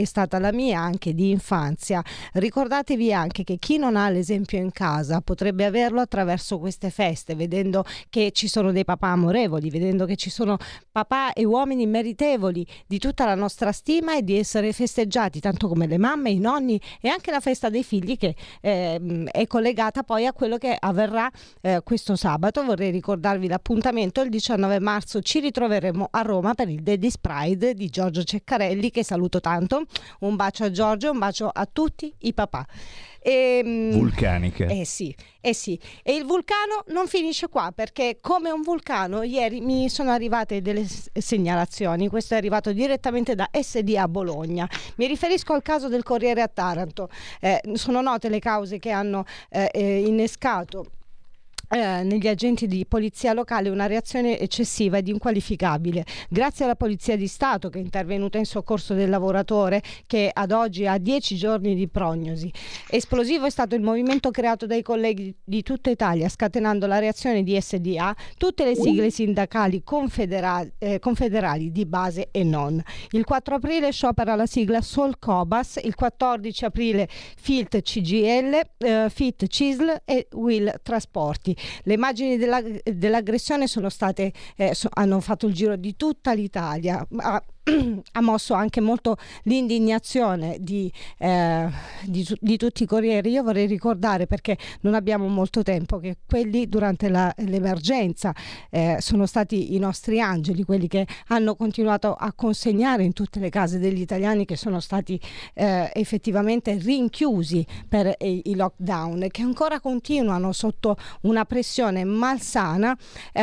è stata la mia anche di infanzia, ricordatevi anche che chi non ha l'esempio in casa potrebbe averlo attraverso queste feste, vedendo che ci sono dei papà amorevoli, vedendo che ci sono papà e uomini meritevoli di tutta la nostra stima e di essere festeggiati, tanto come le mamme, i nonni e anche la festa dei figli, che è collegata poi a quello che avverrà questo sabato. Vorrei ricordarvi l'appuntamento: il 19 marzo ci ritroveremo a Roma per il Daddy's Pride di Giorgio Ceccarelli, che saluto tanto. Un bacio a Giorgio, un bacio a tutti i papà. Vulcaniche. Sì. E il vulcano non finisce qua, perché come un vulcano ieri mi sono arrivate delle segnalazioni. Questo è arrivato direttamente da SDA Bologna. Mi riferisco al caso del Corriere a Taranto. Sono note le cause che hanno innescato negli agenti di polizia locale una reazione eccessiva ed inqualificabile. Grazie alla Polizia di Stato, che è intervenuta in soccorso del lavoratore, che ad oggi ha 10 giorni di prognosi. Esplosivo è stato il movimento creato dai colleghi di tutta Italia, scatenando la reazione di SDA, tutte le sigle sindacali confederali di base e non. Il 4 aprile sciopera la sigla Sol Cobas, il 14 aprile FILT CGL, FIT CISL e Will Trasporti. Le immagini dell'aggressione sono state hanno fatto il giro di tutta l'Italia. Ha mosso anche molto l'indignazione di tutti i corrieri. Io vorrei ricordare, perché non abbiamo molto tempo, che quelli durante l'emergenza sono stati i nostri angeli, quelli che hanno continuato a consegnare in tutte le case degli italiani che sono stati effettivamente rinchiusi per i lockdown, e che ancora continuano sotto una pressione malsana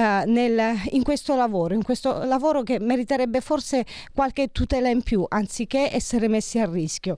in questo lavoro che meriterebbe forse qualche tutela in più, anziché essere messi a rischio.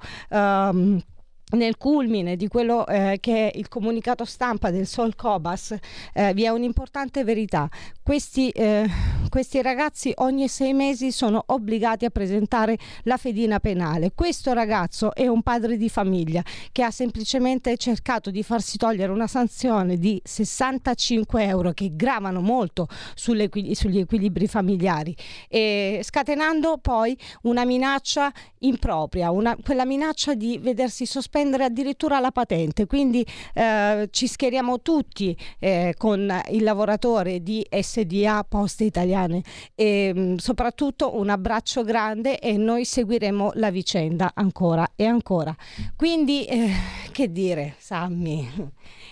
Nel culmine di quello che è il comunicato stampa del Sol Cobas vi è un'importante verità. Questi ragazzi ogni 6 mesi sono obbligati a presentare la fedina penale. Questo ragazzo è un padre di famiglia che ha semplicemente cercato di farsi togliere una sanzione di 65 euro, che gravano molto sugli equilibri familiari, e scatenando poi una minaccia impropria, quella minaccia di vedersi sospendere addirittura la patente. Quindi ci schieriamo tutti con il lavoratore di SDA Poste Italiane, e soprattutto un abbraccio grande, e noi seguiremo la vicenda ancora e ancora. Quindi che dire, Sammy?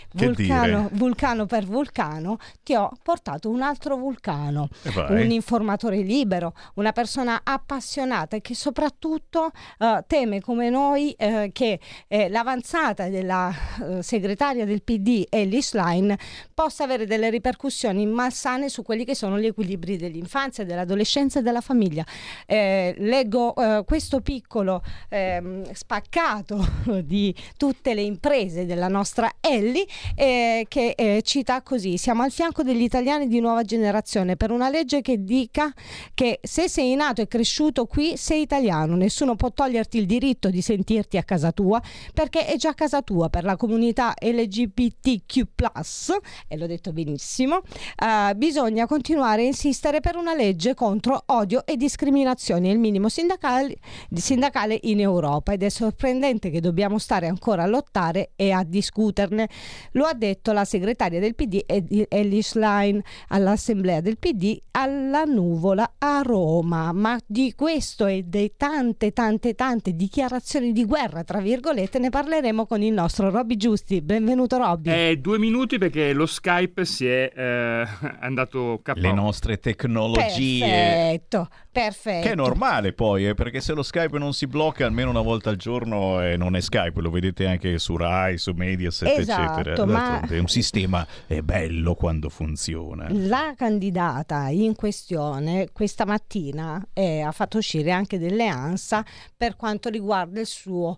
Vulcano per vulcano, ti ho portato un altro vulcano, un informatore libero, una persona appassionata e che soprattutto teme come noi che l'avanzata della segretaria del PD Elly Schlein possa avere delle ripercussioni malsane su quelli che sono gli equilibri dell'infanzia, dell'adolescenza e della famiglia. Leggo questo piccolo spaccato di tutte le imprese della nostra Elly, che cita così: siamo al fianco degli italiani di nuova generazione per una legge che dica che se sei nato e cresciuto qui sei italiano, nessuno può toglierti il diritto di sentirti a casa tua, perché è già casa tua. Per la comunità LGBTQ+, e l'ho detto benissimo, bisogna continuare a insistere per una legge contro odio e discriminazione, il minimo sindacale in Europa, ed è sorprendente che dobbiamo stare ancora a lottare e a discuterne. Lo ha detto la segretaria del PD Elly Schlein all'assemblea del PD alla Nuvola a Roma. Ma di questo e dei tante dichiarazioni di guerra, tra virgolette, ne parleremo con il nostro Robby Giusti. Benvenuto Robby. 2 minuti perché lo Skype si è andato KO. Le nostre tecnologie. Perfetto. Che è normale poi, perché se lo Skype non si blocca almeno una volta al giorno non è Skype, lo vedete anche su Rai, su Mediaset, eccetera. Ma è un sistema, è bello quando funziona. La candidata in questione questa mattina ha fatto uscire anche delle ANSA per quanto riguarda il suo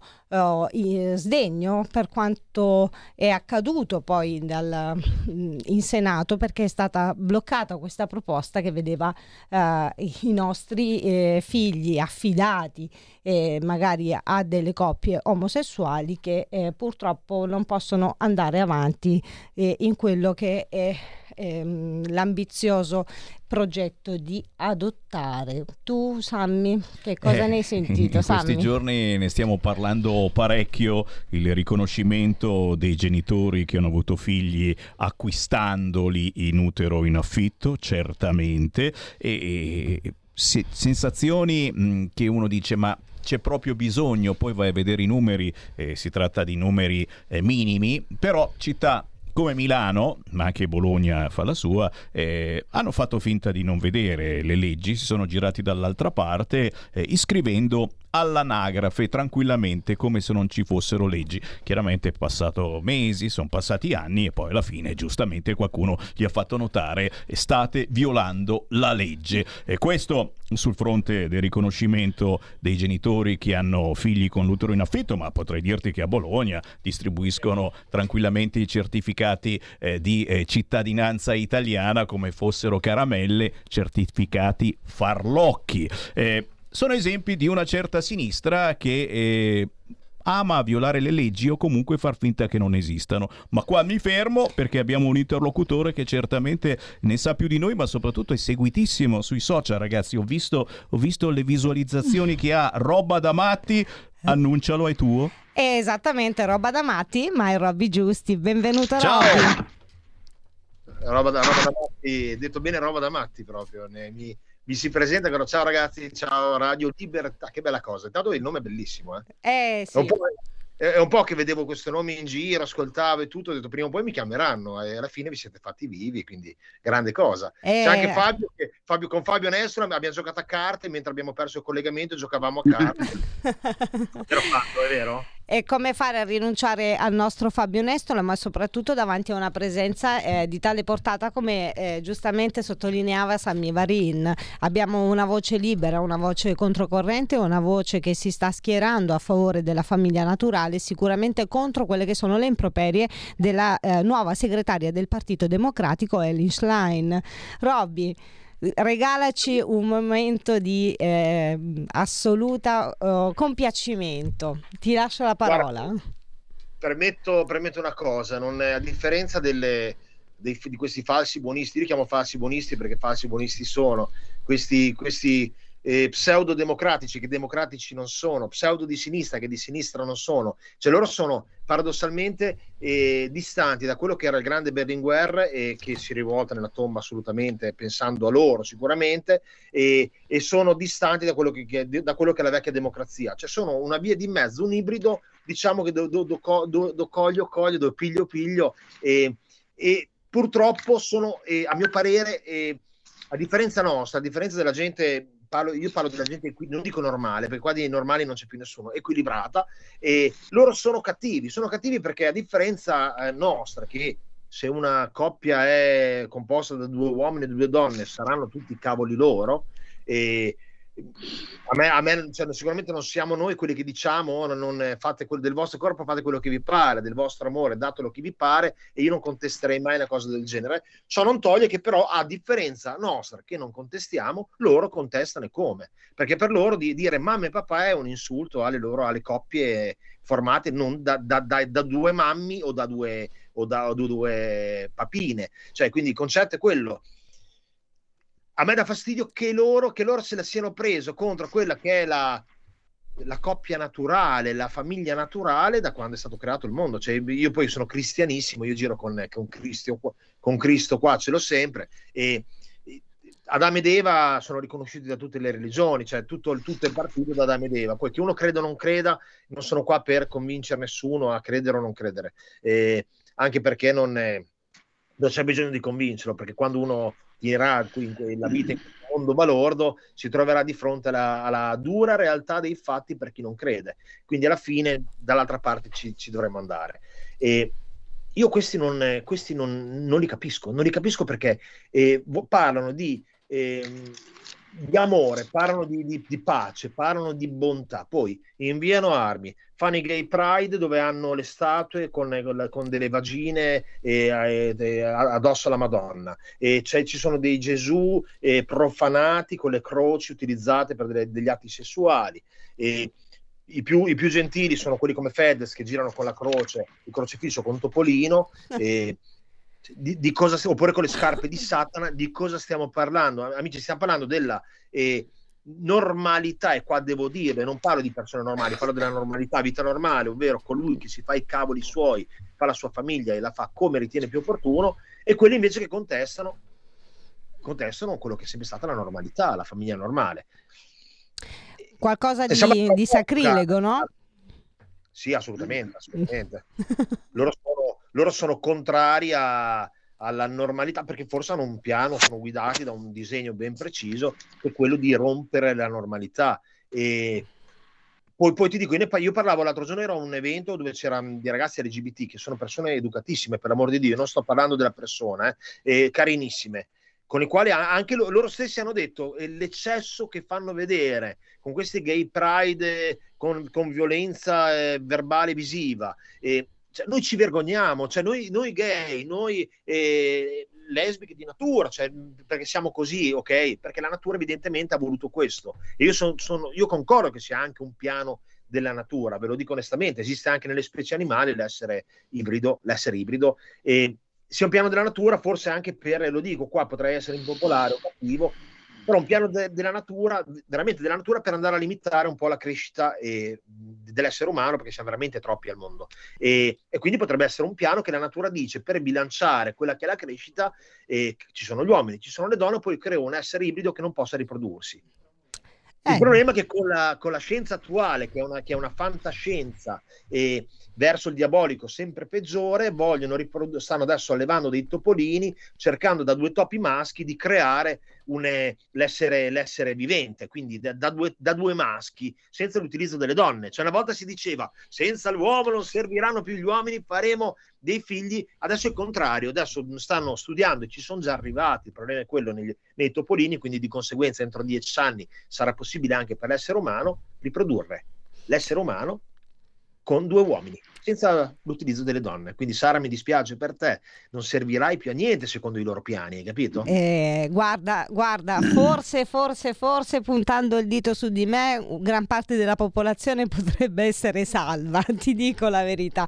sdegno per quanto è accaduto poi in Senato, perché è stata bloccata questa proposta che vedeva i nostri figli affidati magari a delle coppie omosessuali che purtroppo non possono andare avanti in quello che è l'ambizioso progetto di adottare. Tu, Sammy, che cosa ne hai sentito? In questi giorni ne stiamo parlando parecchio, il riconoscimento dei genitori che hanno avuto figli acquistandoli in utero o in affitto, certamente, e sensazioni che uno dice ma c'è proprio bisogno, poi vai a vedere i numeri, si tratta di numeri minimi, però città come Milano, ma anche Bologna fa la sua, hanno fatto finta di non vedere le leggi, si sono girati dall'altra parte iscrivendo all'anagrafe tranquillamente come se non ci fossero leggi. Chiaramente è passato mesi, sono passati anni e poi alla fine giustamente qualcuno gli ha fatto notare state violando la legge. E questo sul fronte del riconoscimento dei genitori che hanno figli con l'utero in affitto, ma potrei dirti che a Bologna distribuiscono tranquillamente i certificati di cittadinanza italiana come fossero caramelle, certificati farlocchi. Sono esempi di una certa sinistra che ama violare le leggi o comunque far finta che non esistano. Ma qua mi fermo perché abbiamo un interlocutore che certamente ne sa più di noi, ma soprattutto è seguitissimo sui social, ragazzi. Ho visto le visualizzazioni che ha. Roba da matti, annuncialo, è tuo. Esattamente, roba da matti, ma è Robby Giusti. Benvenuto. Ciao. Robby. Roba da matti, detto bene, roba da matti proprio. Mi si presenta, ciao ragazzi, ciao Radio Libertà, che bella cosa. Intanto il nome è bellissimo, sì. È un po' che vedevo questo nome in giro, ascoltavo e tutto, ho detto prima o poi mi chiameranno e alla fine vi siete fatti vivi, quindi grande cosa. C'è anche Fabio, con Fabio Nestro abbiamo giocato a carte mentre abbiamo perso il collegamento, giocavamo a carte. È vero? E come fare a rinunciare al nostro Fabio Nestolo, ma soprattutto davanti a una presenza di tale portata come giustamente sottolineava Sammy Varin. Abbiamo una voce libera, una voce controcorrente, una voce che si sta schierando a favore della famiglia naturale, sicuramente contro quelle che sono le improperie della nuova segretaria del Partito Democratico, Elin Schlein. Robby, regalaci un momento di assoluta compiacimento. Ti lascio la parola. Guarda, premetto una cosa, a differenza di questi falsi buonisti, io li chiamo falsi buonisti perché falsi buonisti sono questi pseudo democratici che democratici non sono, pseudo di sinistra che di sinistra non sono, cioè loro sono paradossalmente distanti da quello che era il grande Berlinguer e che si rivolta nella tomba assolutamente pensando a loro sicuramente e sono distanti da quello che è la vecchia democrazia, cioè sono una via di mezzo, un ibrido, diciamo che do coglio, do piglio e purtroppo sono a mio parere a differenza nostra, a differenza della gente, io parlo della gente qui, non dico normale, perché qua di normali non c'è più nessuno, equilibrata, e loro sono cattivi perché a differenza nostra, che se una coppia è composta da 2 uomini e 2 donne saranno tutti cavoli loro, e a me cioè, sicuramente non siamo noi quelli che diciamo non fate del vostro corpo, fate quello che vi pare, del vostro amore datelo a chi vi pare, e io non contesterei mai una cosa del genere. Ciò non toglie che però, a differenza nostra che non contestiamo, loro contestano. E come? Perché per loro dire mamma e papà è un insulto alle coppie formate non da 2 mammi o da due papine, cioè quindi il concetto è quello. A me dà fastidio che loro se la siano preso contro quella che è la coppia naturale, la famiglia naturale da quando è stato creato il mondo. Cioè, io poi sono cristianissimo, io giro con Cristo qua, ce l'ho sempre, e Adamo ed Eva sono riconosciuti da tutte le religioni, cioè tutto è partito da Adamo ed Eva. Poi che uno creda o non creda, non sono qua per convincere nessuno a credere o non credere, anche perché non c'è bisogno di convincerlo, perché quando uno finirà la vita in questo mondo balordo si troverà di fronte alla dura realtà dei fatti per chi non crede, quindi alla fine dall'altra parte ci dovremmo andare. E io questi non li capisco perché parlano di amore, parlano di pace, parlano di bontà, poi inviano armi, fanno i gay pride dove hanno le statue con delle vagine addosso alla Madonna, e ci sono dei Gesù profanati con le croci utilizzate per degli atti sessuali, e i più gentili sono quelli come Fedez che girano con la croce, il crocifisso con Topolino, di cosa oppure con le scarpe di Satana, di cosa stiamo parlando? Amici, stiamo parlando della normalità, e qua devo dire, non parlo di persone normali, parlo della normalità, vita normale, ovvero colui che si fa i cavoli suoi, fa la sua famiglia e la fa come ritiene più opportuno, e quelli invece che contestano quello che è sempre stata la normalità, la famiglia normale. Qualcosa di sacrilego, no? Sì, assolutamente. Loro sono contrari alla normalità, perché forse hanno un piano, sono guidati da un disegno ben preciso, che è quello di rompere la normalità. E poi ti dico, io parlavo l'altro giorno, ero a un evento dove c'erano dei ragazzi LGBT, che sono persone educatissime, per l'amor di Dio, non sto parlando della persona, carinissime, con i quali anche loro stessi hanno detto l'eccesso che fanno vedere con questi gay pride, con violenza verbale visiva. Cioè, noi ci vergogniamo, cioè noi gay, noi lesbiche di natura, cioè, perché siamo così, ok? Perché la natura evidentemente ha voluto questo. E io concordo che sia anche un piano della natura, ve lo dico onestamente, esiste anche nelle specie animali l'essere ibrido, e sia un piano della natura, forse anche lo dico qua, potrei essere impopolare o cattivo, però un piano della natura, veramente della natura, per andare a limitare un po' la crescita dell'essere umano, perché siamo veramente troppi al mondo, e quindi potrebbe essere un piano che la natura dice, per bilanciare quella che è la crescita, ci sono gli uomini, ci sono le donne, poi creo un essere ibrido che non possa riprodursi. Il problema è che con la scienza attuale, che è una fantascienza, verso il diabolico sempre peggiore, stanno adesso allevando dei topolini, cercando da 2 topi maschi di creare l'essere vivente, quindi da due maschi, senza l'utilizzo delle donne. Cioè, una volta si diceva, senza l'uomo non serviranno più gli uomini, faremo dei figli. Adesso è il contrario, adesso stanno studiando e ci sono già arrivati, il problema è quello nei topolini, quindi di conseguenza entro 10 anni sarà possibile anche per l'essere umano riprodurre l'essere umano con 2 uomini, senza l'utilizzo delle donne. Quindi Sara, mi dispiace per te, non servirai più a niente secondo i loro piani, hai capito? Guarda, forse puntando il dito su di me, gran parte della popolazione potrebbe essere salva, ti dico la verità.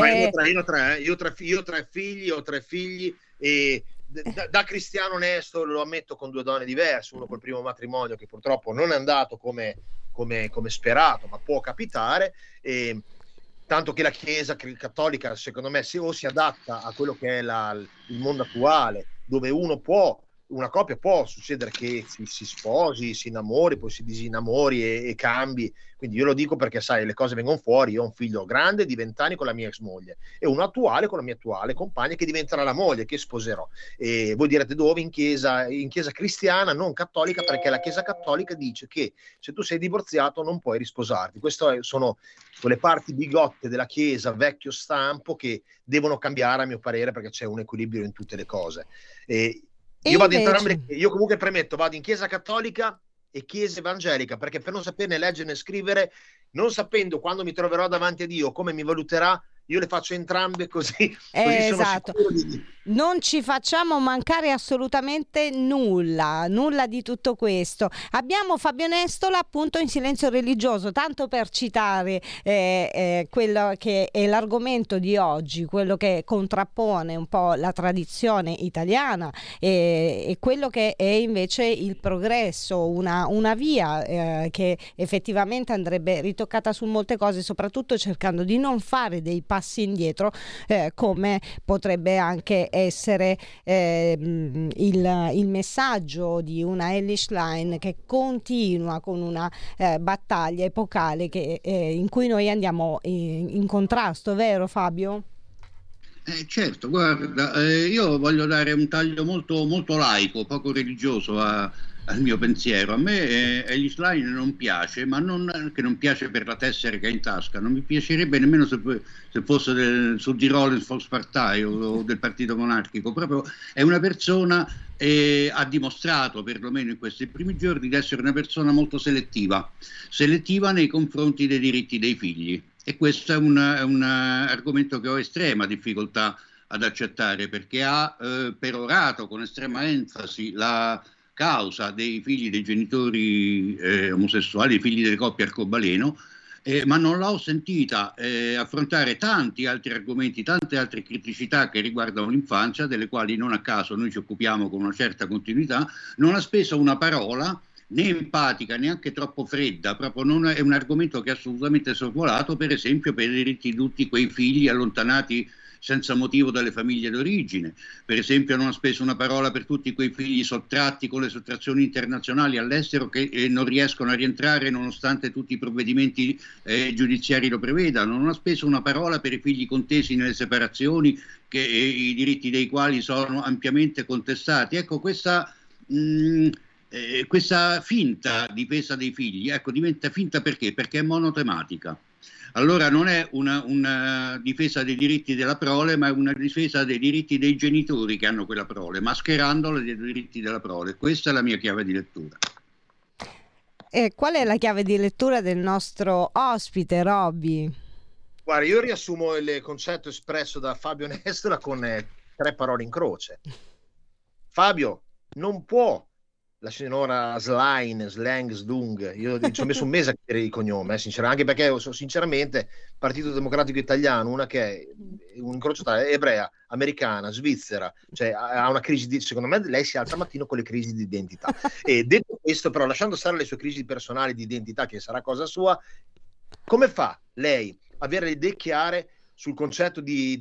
Io ho 3 figli e da cristiano onesto, lo ammetto, con 2 donne diverse, uno col primo matrimonio che purtroppo non è andato come sperato, ma può capitare, tanto che la Chiesa cattolica, secondo me, o si adatta a quello che è il mondo attuale, dove una coppia può succedere che si sposi, si innamori, poi si disinnamori e cambi. Quindi io lo dico perché, sai, le cose vengono fuori. Io ho un figlio grande di 20 anni con la mia ex moglie e uno attuale con la mia attuale compagna, che diventerà la moglie che sposerò. E voi direte dove? In chiesa cristiana, non cattolica, perché la Chiesa cattolica dice che se tu sei divorziato non puoi risposarti. Queste sono quelle parti bigotte della Chiesa vecchio stampo che devono cambiare, a mio parere, perché c'è un equilibrio in tutte le cose. Io comunque premetto, vado in Chiesa cattolica e Chiesa evangelica, perché per non saperne leggere né scrivere, non sapendo quando mi troverò davanti a Dio come mi valuterà, io le faccio entrambe, così esatto. Sono sicuro non ci facciamo mancare assolutamente nulla di tutto questo. Abbiamo Fabio Nestola, appunto, in Silenzio Religioso, tanto per citare quello che è l'argomento di oggi, quello che contrappone un po' la tradizione italiana e quello che è invece il progresso, una via che effettivamente andrebbe ritoccata su molte cose, soprattutto cercando di non fare dei passi indietro, come potrebbe anche essere il messaggio di una Elish Line che continua con una battaglia epocale in cui noi andiamo in contrasto, vero Fabio? Certo, guarda, io voglio dare un taglio molto, molto laico, poco religioso al mio pensiero. A me Elish Line non piace, ma non che non piace per la tessera che ha in tasca, non mi piacerebbe nemmeno se fosse del Südtiroler Volkspartei o del Partito Monarchico. Proprio è una persona, ha dimostrato perlomeno in questi primi giorni di essere una persona molto selettiva nei confronti dei diritti dei figli, e questo è un argomento che ho estrema difficoltà ad accettare, perché ha perorato con estrema enfasi la causa dei figli dei genitori omosessuali, dei figli delle coppie arcobaleno, ma non l'ho sentita affrontare tanti altri argomenti, tante altre criticità che riguardano l'infanzia, delle quali non a caso noi ci occupiamo con una certa continuità. Non ha speso una parola, né empatica, neanche troppo fredda, proprio non è un argomento che è assolutamente sorvolato, per esempio per i diritti di tutti quei figli allontanati senza motivo dalle famiglie d'origine. Per esempio non ha speso una parola per tutti quei figli sottratti con le sottrazioni internazionali all'estero che non riescono a rientrare nonostante tutti i provvedimenti giudiziari lo prevedano. Non ha speso una parola per i figli contesi nelle separazioni, i diritti dei quali sono ampiamente contestati. Ecco, questa finta difesa dei figli, ecco, diventa finta perché? Perché è monotematica. Allora non è una difesa dei diritti della prole, ma è una difesa dei diritti dei genitori che hanno quella prole, mascherandola dei diritti della prole. Questa è la mia chiave di lettura. E qual è la chiave di lettura del nostro ospite, Robby? Guarda, io riassumo il concetto espresso da Fabio Nestola con 3 parole in croce. Fabio, non può la signora Slang, Sdung, io ci ho messo un mese a chiedere il cognome, anche perché sinceramente Partito Democratico Italiano, una che è un incrocio tra ebrea, americana, svizzera, cioè ha una crisi secondo me lei si alza al mattino con le crisi di identità. E detto questo, però, lasciando stare le sue crisi personali di identità, che sarà cosa sua, come fa lei a avere le idee chiare sul concetto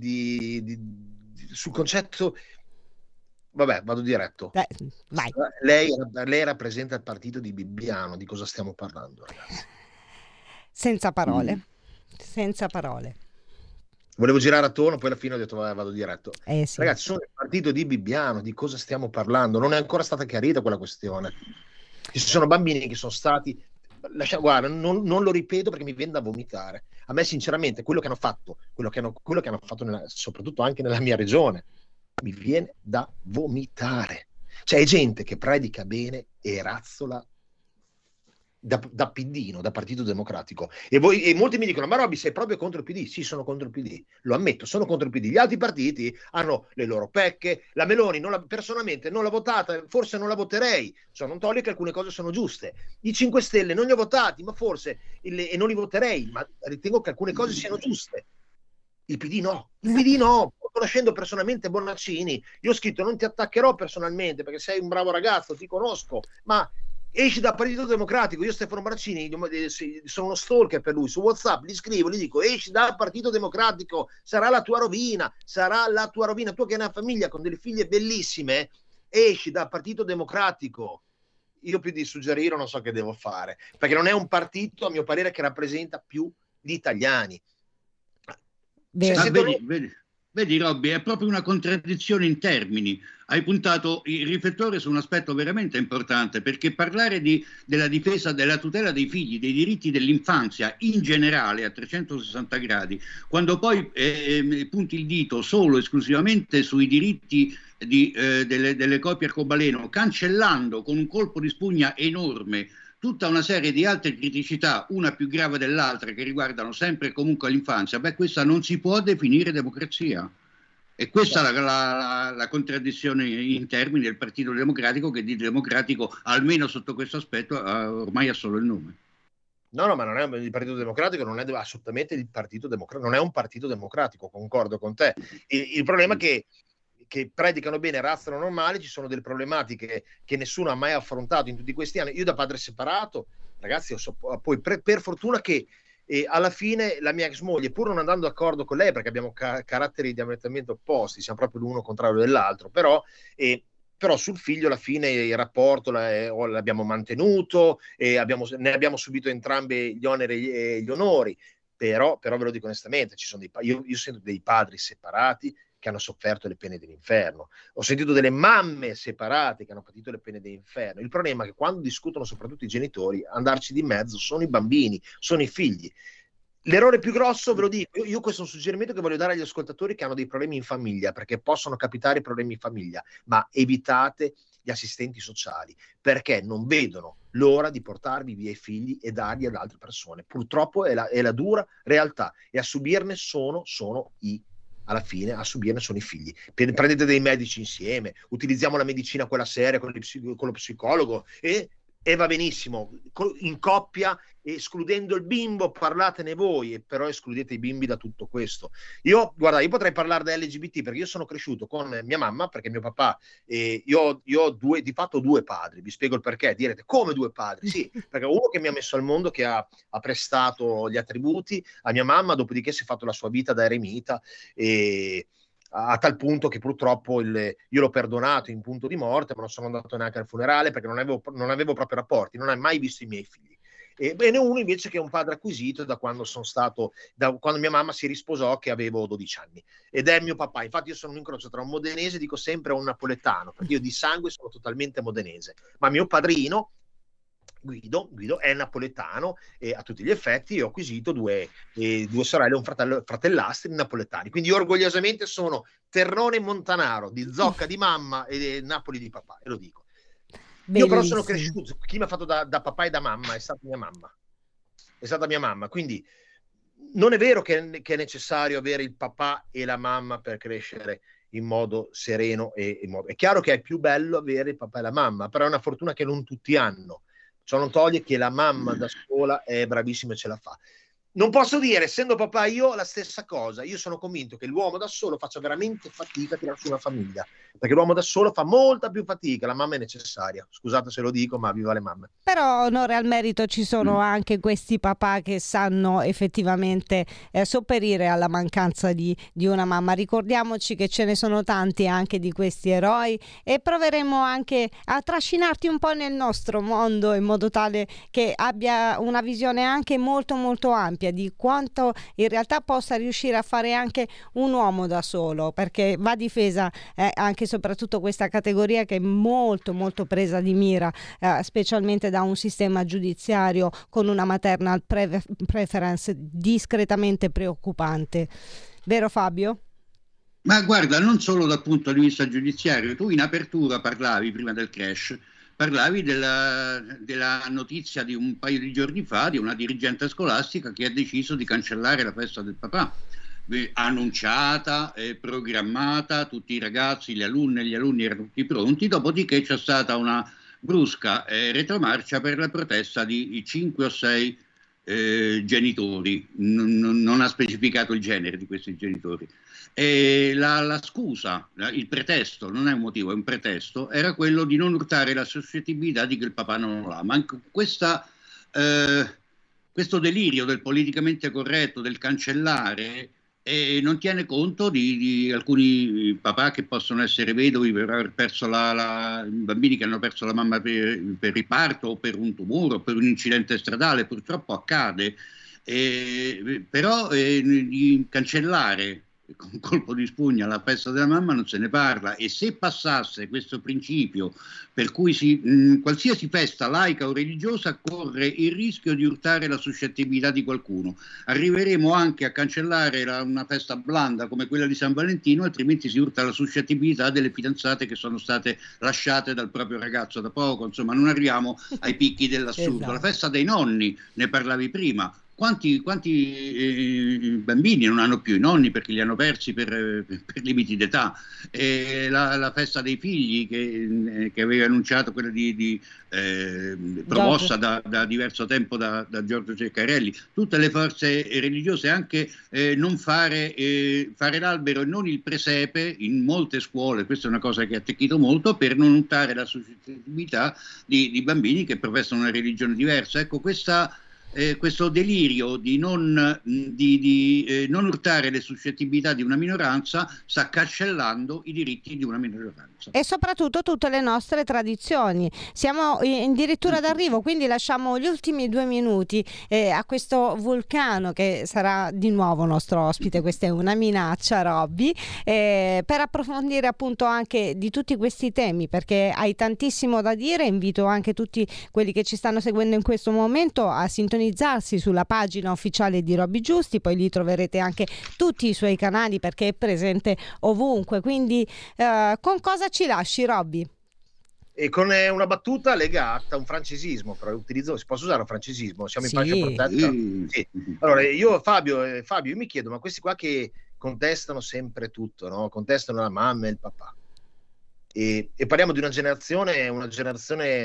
sul concetto. Vabbè, vado diretto. Vai. Lei rappresenta il partito di Bibbiano. Di cosa stiamo parlando, ragazzi? Senza parole. Senza parole. Volevo girare attorno, poi alla fine ho detto vabbè, vado diretto. Sì. Ragazzi, sono il partito di Bibbiano. Di cosa stiamo parlando? Non è ancora stata chiarita quella questione. Ci sono bambini che sono stati... Guarda, non lo ripeto perché mi viene da vomitare. A me sinceramente quello che hanno fatto, soprattutto anche nella mia regione, mi viene da vomitare. C'è gente che predica bene e razzola da PDino, da Partito Democratico, e molti mi dicono ma Robby sei proprio contro il PD? Sì, sono contro il PD, lo ammetto, sono contro il PD. Gli altri partiti hanno le loro pecche. La Meloni personalmente non l'ha votata, forse non la voterei, non toglie che alcune cose sono giuste. I 5 Stelle non li ho votati, ma forse e non li voterei, ma ritengo che alcune cose siano giuste. Il PD no, conoscendo personalmente Bonaccini, io ho scritto non ti attaccherò personalmente perché sei un bravo ragazzo, ti conosco, ma esci dal Partito Democratico. Io Stefano Bonaccini sono uno stalker per lui, su WhatsApp gli scrivo, gli dico esci dal Partito Democratico, sarà la tua rovina, tu che hai una famiglia con delle figlie bellissime, esci dal Partito Democratico. Io più di suggerire non so che devo fare, perché non è un partito a mio parere che rappresenta più gli italiani. Vedi Robby, è proprio una contraddizione in termini. Hai puntato il riflettore su un aspetto veramente importante, perché parlare della difesa, della tutela dei figli, dei diritti dell'infanzia in generale a 360 gradi, quando poi punti il dito solo esclusivamente sui diritti delle coppie arcobaleno, cancellando con un colpo di spugna enorme tutta una serie di altre criticità, una più grave dell'altra, che riguardano sempre e comunque l'infanzia, questa non si può definire democrazia. E questa è la contraddizione in termini del Partito Democratico, che di democratico, almeno sotto questo aspetto, ormai ha solo il nome. No, ma non è il Partito Democratico, non è assolutamente il Partito Democratico, non è un partito democratico, concordo con te. Il problema è che predicano bene, razzano normali, ci sono delle problematiche che nessuno ha mai affrontato in tutti questi anni. Io da padre separato, ragazzi, poi per fortuna che alla fine la mia ex moglie, pur non andando d'accordo con lei, perché abbiamo caratteri diametralmente opposti, siamo proprio l'uno contrario dell'altro, però sul figlio alla fine il rapporto l'abbiamo mantenuto, ne abbiamo subito entrambi gli oneri e gli onori, però ve lo dico onestamente, io sento dei padri separati che hanno sofferto le pene dell'inferno, ho sentito delle mamme separate che hanno patito le pene dell'inferno. Il problema è che quando discutono soprattutto i genitori, andarci di mezzo sono i bambini, sono i figli. L'errore più grosso, ve lo dico, io questo è un suggerimento che voglio dare agli ascoltatori che hanno dei problemi in famiglia, perché possono capitare problemi in famiglia, ma evitate gli assistenti sociali, perché non vedono l'ora di portarvi via i figli e darli ad altre persone. Purtroppo è la dura realtà, e a subirne alla fine a subirne sono i figli. Prendete dei medici insieme, utilizziamo la medicina quella seria con lo psicologo, e e va benissimo, in coppia, escludendo il bimbo, parlatene voi, però escludete i bimbi da tutto questo. Io potrei parlare da LGBT perché io sono cresciuto con mia mamma, perché mio papà, io ho di fatto due padri, vi spiego il perché. Direte, come due padri? Sì, perché uno che mi ha messo al mondo, che ha prestato gli attributi a mia mamma, dopodiché si è fatto la sua vita da eremita, e a tal punto che purtroppo io l'ho perdonato in punto di morte, ma non sono andato neanche al funerale perché non avevo proprio rapporti, non hai mai visto i miei figli. E bene, uno invece che è un padre acquisito da quando quando mia mamma si risposò, che avevo 12 anni, ed è mio papà. Infatti io sono un incrocio tra un modenese, dico sempre, un napoletano, perché io di sangue sono totalmente modenese, ma mio padrino Guido è napoletano, e a tutti gli effetti ho acquisito due sorelle e un fratellastri napoletani, quindi orgogliosamente sono Terrone Montanaro, di Zocca di mamma e Napoli di papà, e lo dico. Io però sono cresciuto, chi mi ha fatto da papà e da mamma è stata mia mamma, quindi non è vero che è necessario avere il papà e la mamma per crescere in modo sereno, è chiaro che è più bello avere il papà e la mamma, però è una fortuna che non tutti hanno. Ciò non toglie che la mamma da sola è bravissima e ce la fa. Non posso dire, essendo papà io, la stessa cosa. Io sono convinto che l'uomo da solo faccia veramente fatica a tirare su una famiglia, perché l'uomo da solo fa molta più fatica, la mamma è necessaria. Scusate se lo dico, ma viva le mamme. Però onore al merito, ci sono anche questi papà che sanno effettivamente sopperire alla mancanza di una mamma. Ricordiamoci che ce ne sono tanti anche di questi eroi, e proveremo anche a trascinarti un po' nel nostro mondo, in modo tale che abbia una visione anche molto molto ampia di quanto in realtà possa riuscire a fare anche un uomo da solo, perché va difesa anche e soprattutto questa categoria che è molto molto presa di mira, specialmente da un sistema giudiziario con una maternal preference discretamente preoccupante. Vero Fabio? Ma guarda, non solo dal punto di vista giudiziario, tu in apertura parlavi, prima del crash, parlavi della notizia di un paio di giorni fa di una dirigente scolastica che ha deciso di cancellare la festa del papà, annunciata, programmata, tutti i ragazzi, le alunne e gli alunni erano tutti pronti, dopodiché c'è stata una brusca retromarcia per la protesta di 5 o 6 genitori, non ha specificato il genere di questi genitori. E la scusa, il pretesto, non è un motivo, è un pretesto, era quello di non urtare la suscettibilità di che il papà non lo ha. Ma questo delirio del politicamente corretto, del cancellare, non tiene conto di alcuni papà che possono essere vedovi per aver perso bambini che hanno perso la mamma per riparto o per un tumore o per un incidente stradale, purtroppo accade, però di cancellare con colpo di spugna la festa della mamma non se ne parla. E se passasse questo principio per cui qualsiasi festa laica o religiosa corre il rischio di urtare la suscettibilità di qualcuno, arriveremo anche a cancellare una festa blanda come quella di San Valentino, altrimenti si urta la suscettibilità delle fidanzate che sono state lasciate dal proprio ragazzo da poco. Insomma, non arriviamo ai picchi dell'assurdo. Esatto. La festa dei nonni, ne parlavi prima. Quanti bambini non hanno più i nonni perché li hanno persi per limiti d'età? La festa dei figli che aveva annunciato quella promossa da diverso tempo da Giorgio Ceccarelli. Tutte le forze religiose, anche non fare l'albero e non il presepe in molte scuole, questa è una cosa che ha attecchito molto, per non urtare la suscettibilità di bambini che professano una religione diversa. Ecco, questo delirio di non urtare le suscettibilità di una minoranza sta cancellando i diritti di una minoranza. E soprattutto tutte le nostre tradizioni. Siamo addirittura d'arrivo, quindi lasciamo gli ultimi 2 minuti a questo Vulcano, che sarà di nuovo nostro ospite. Questa è una minaccia, Robby, per approfondire appunto anche di tutti questi temi, perché hai tantissimo da dire. Invito anche tutti quelli che ci stanno seguendo in questo momento a sintonizzarsi sulla pagina ufficiale di Robby Giusti, poi lì troverete anche tutti i suoi canali perché è presente ovunque. Quindi con cosa ci lasci, Robby? E con una battuta legata a un francesismo, però si può usare un francesismo? Siamo in pace protetta? Sì. Allora io Fabio, io mi chiedo, ma questi qua che contestano sempre tutto, no? Contestano la mamma e il papà, e parliamo di una generazione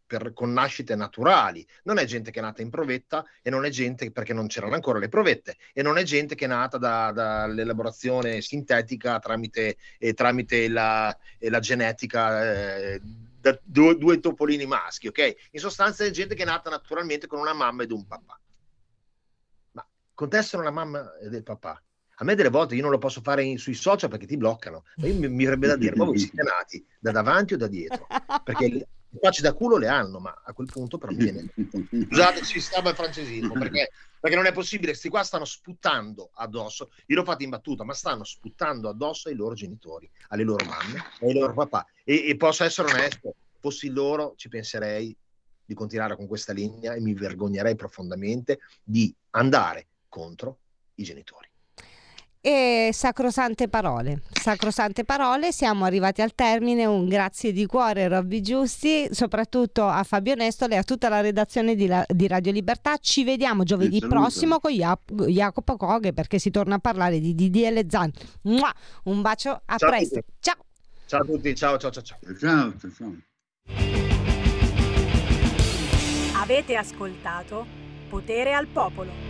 con nascite naturali, non è gente che è nata in provetta, e non è gente, perché non c'erano ancora le provette, e non è gente che è nata dall'elaborazione sintetica tramite la genetica da due topolini maschi, ok? In sostanza è gente che è nata naturalmente con una mamma ed un papà. Ma contestano la mamma e del papà. A me delle volte io non lo posso fare sui social perché ti bloccano, ma mi verrebbe da dire, ma voi siete nati da davanti o da dietro? Perché le facce da culo le hanno, ma a quel punto però viene. Scusate, ci stava il francesismo, perché non è possibile, questi qua stanno sputtando addosso, io l'ho fatto in battuta, ma stanno sputtando addosso ai loro genitori, alle loro mamme e ai loro papà. E posso essere onesto, fossi loro ci penserei di continuare con questa linea e mi vergognerei profondamente di andare contro i genitori. E sacrosante parole, siamo arrivati al termine. Un grazie di cuore Robby Giusti, soprattutto a Fabio Nestole e a tutta la redazione di Radio Libertà. Ci vediamo giovedì prossimo con Jacopo Coghe, perché si torna a parlare di DDL Zan. Un bacio, a presto, ciao a tutti, ciao. Avete ascoltato Potere al Popolo.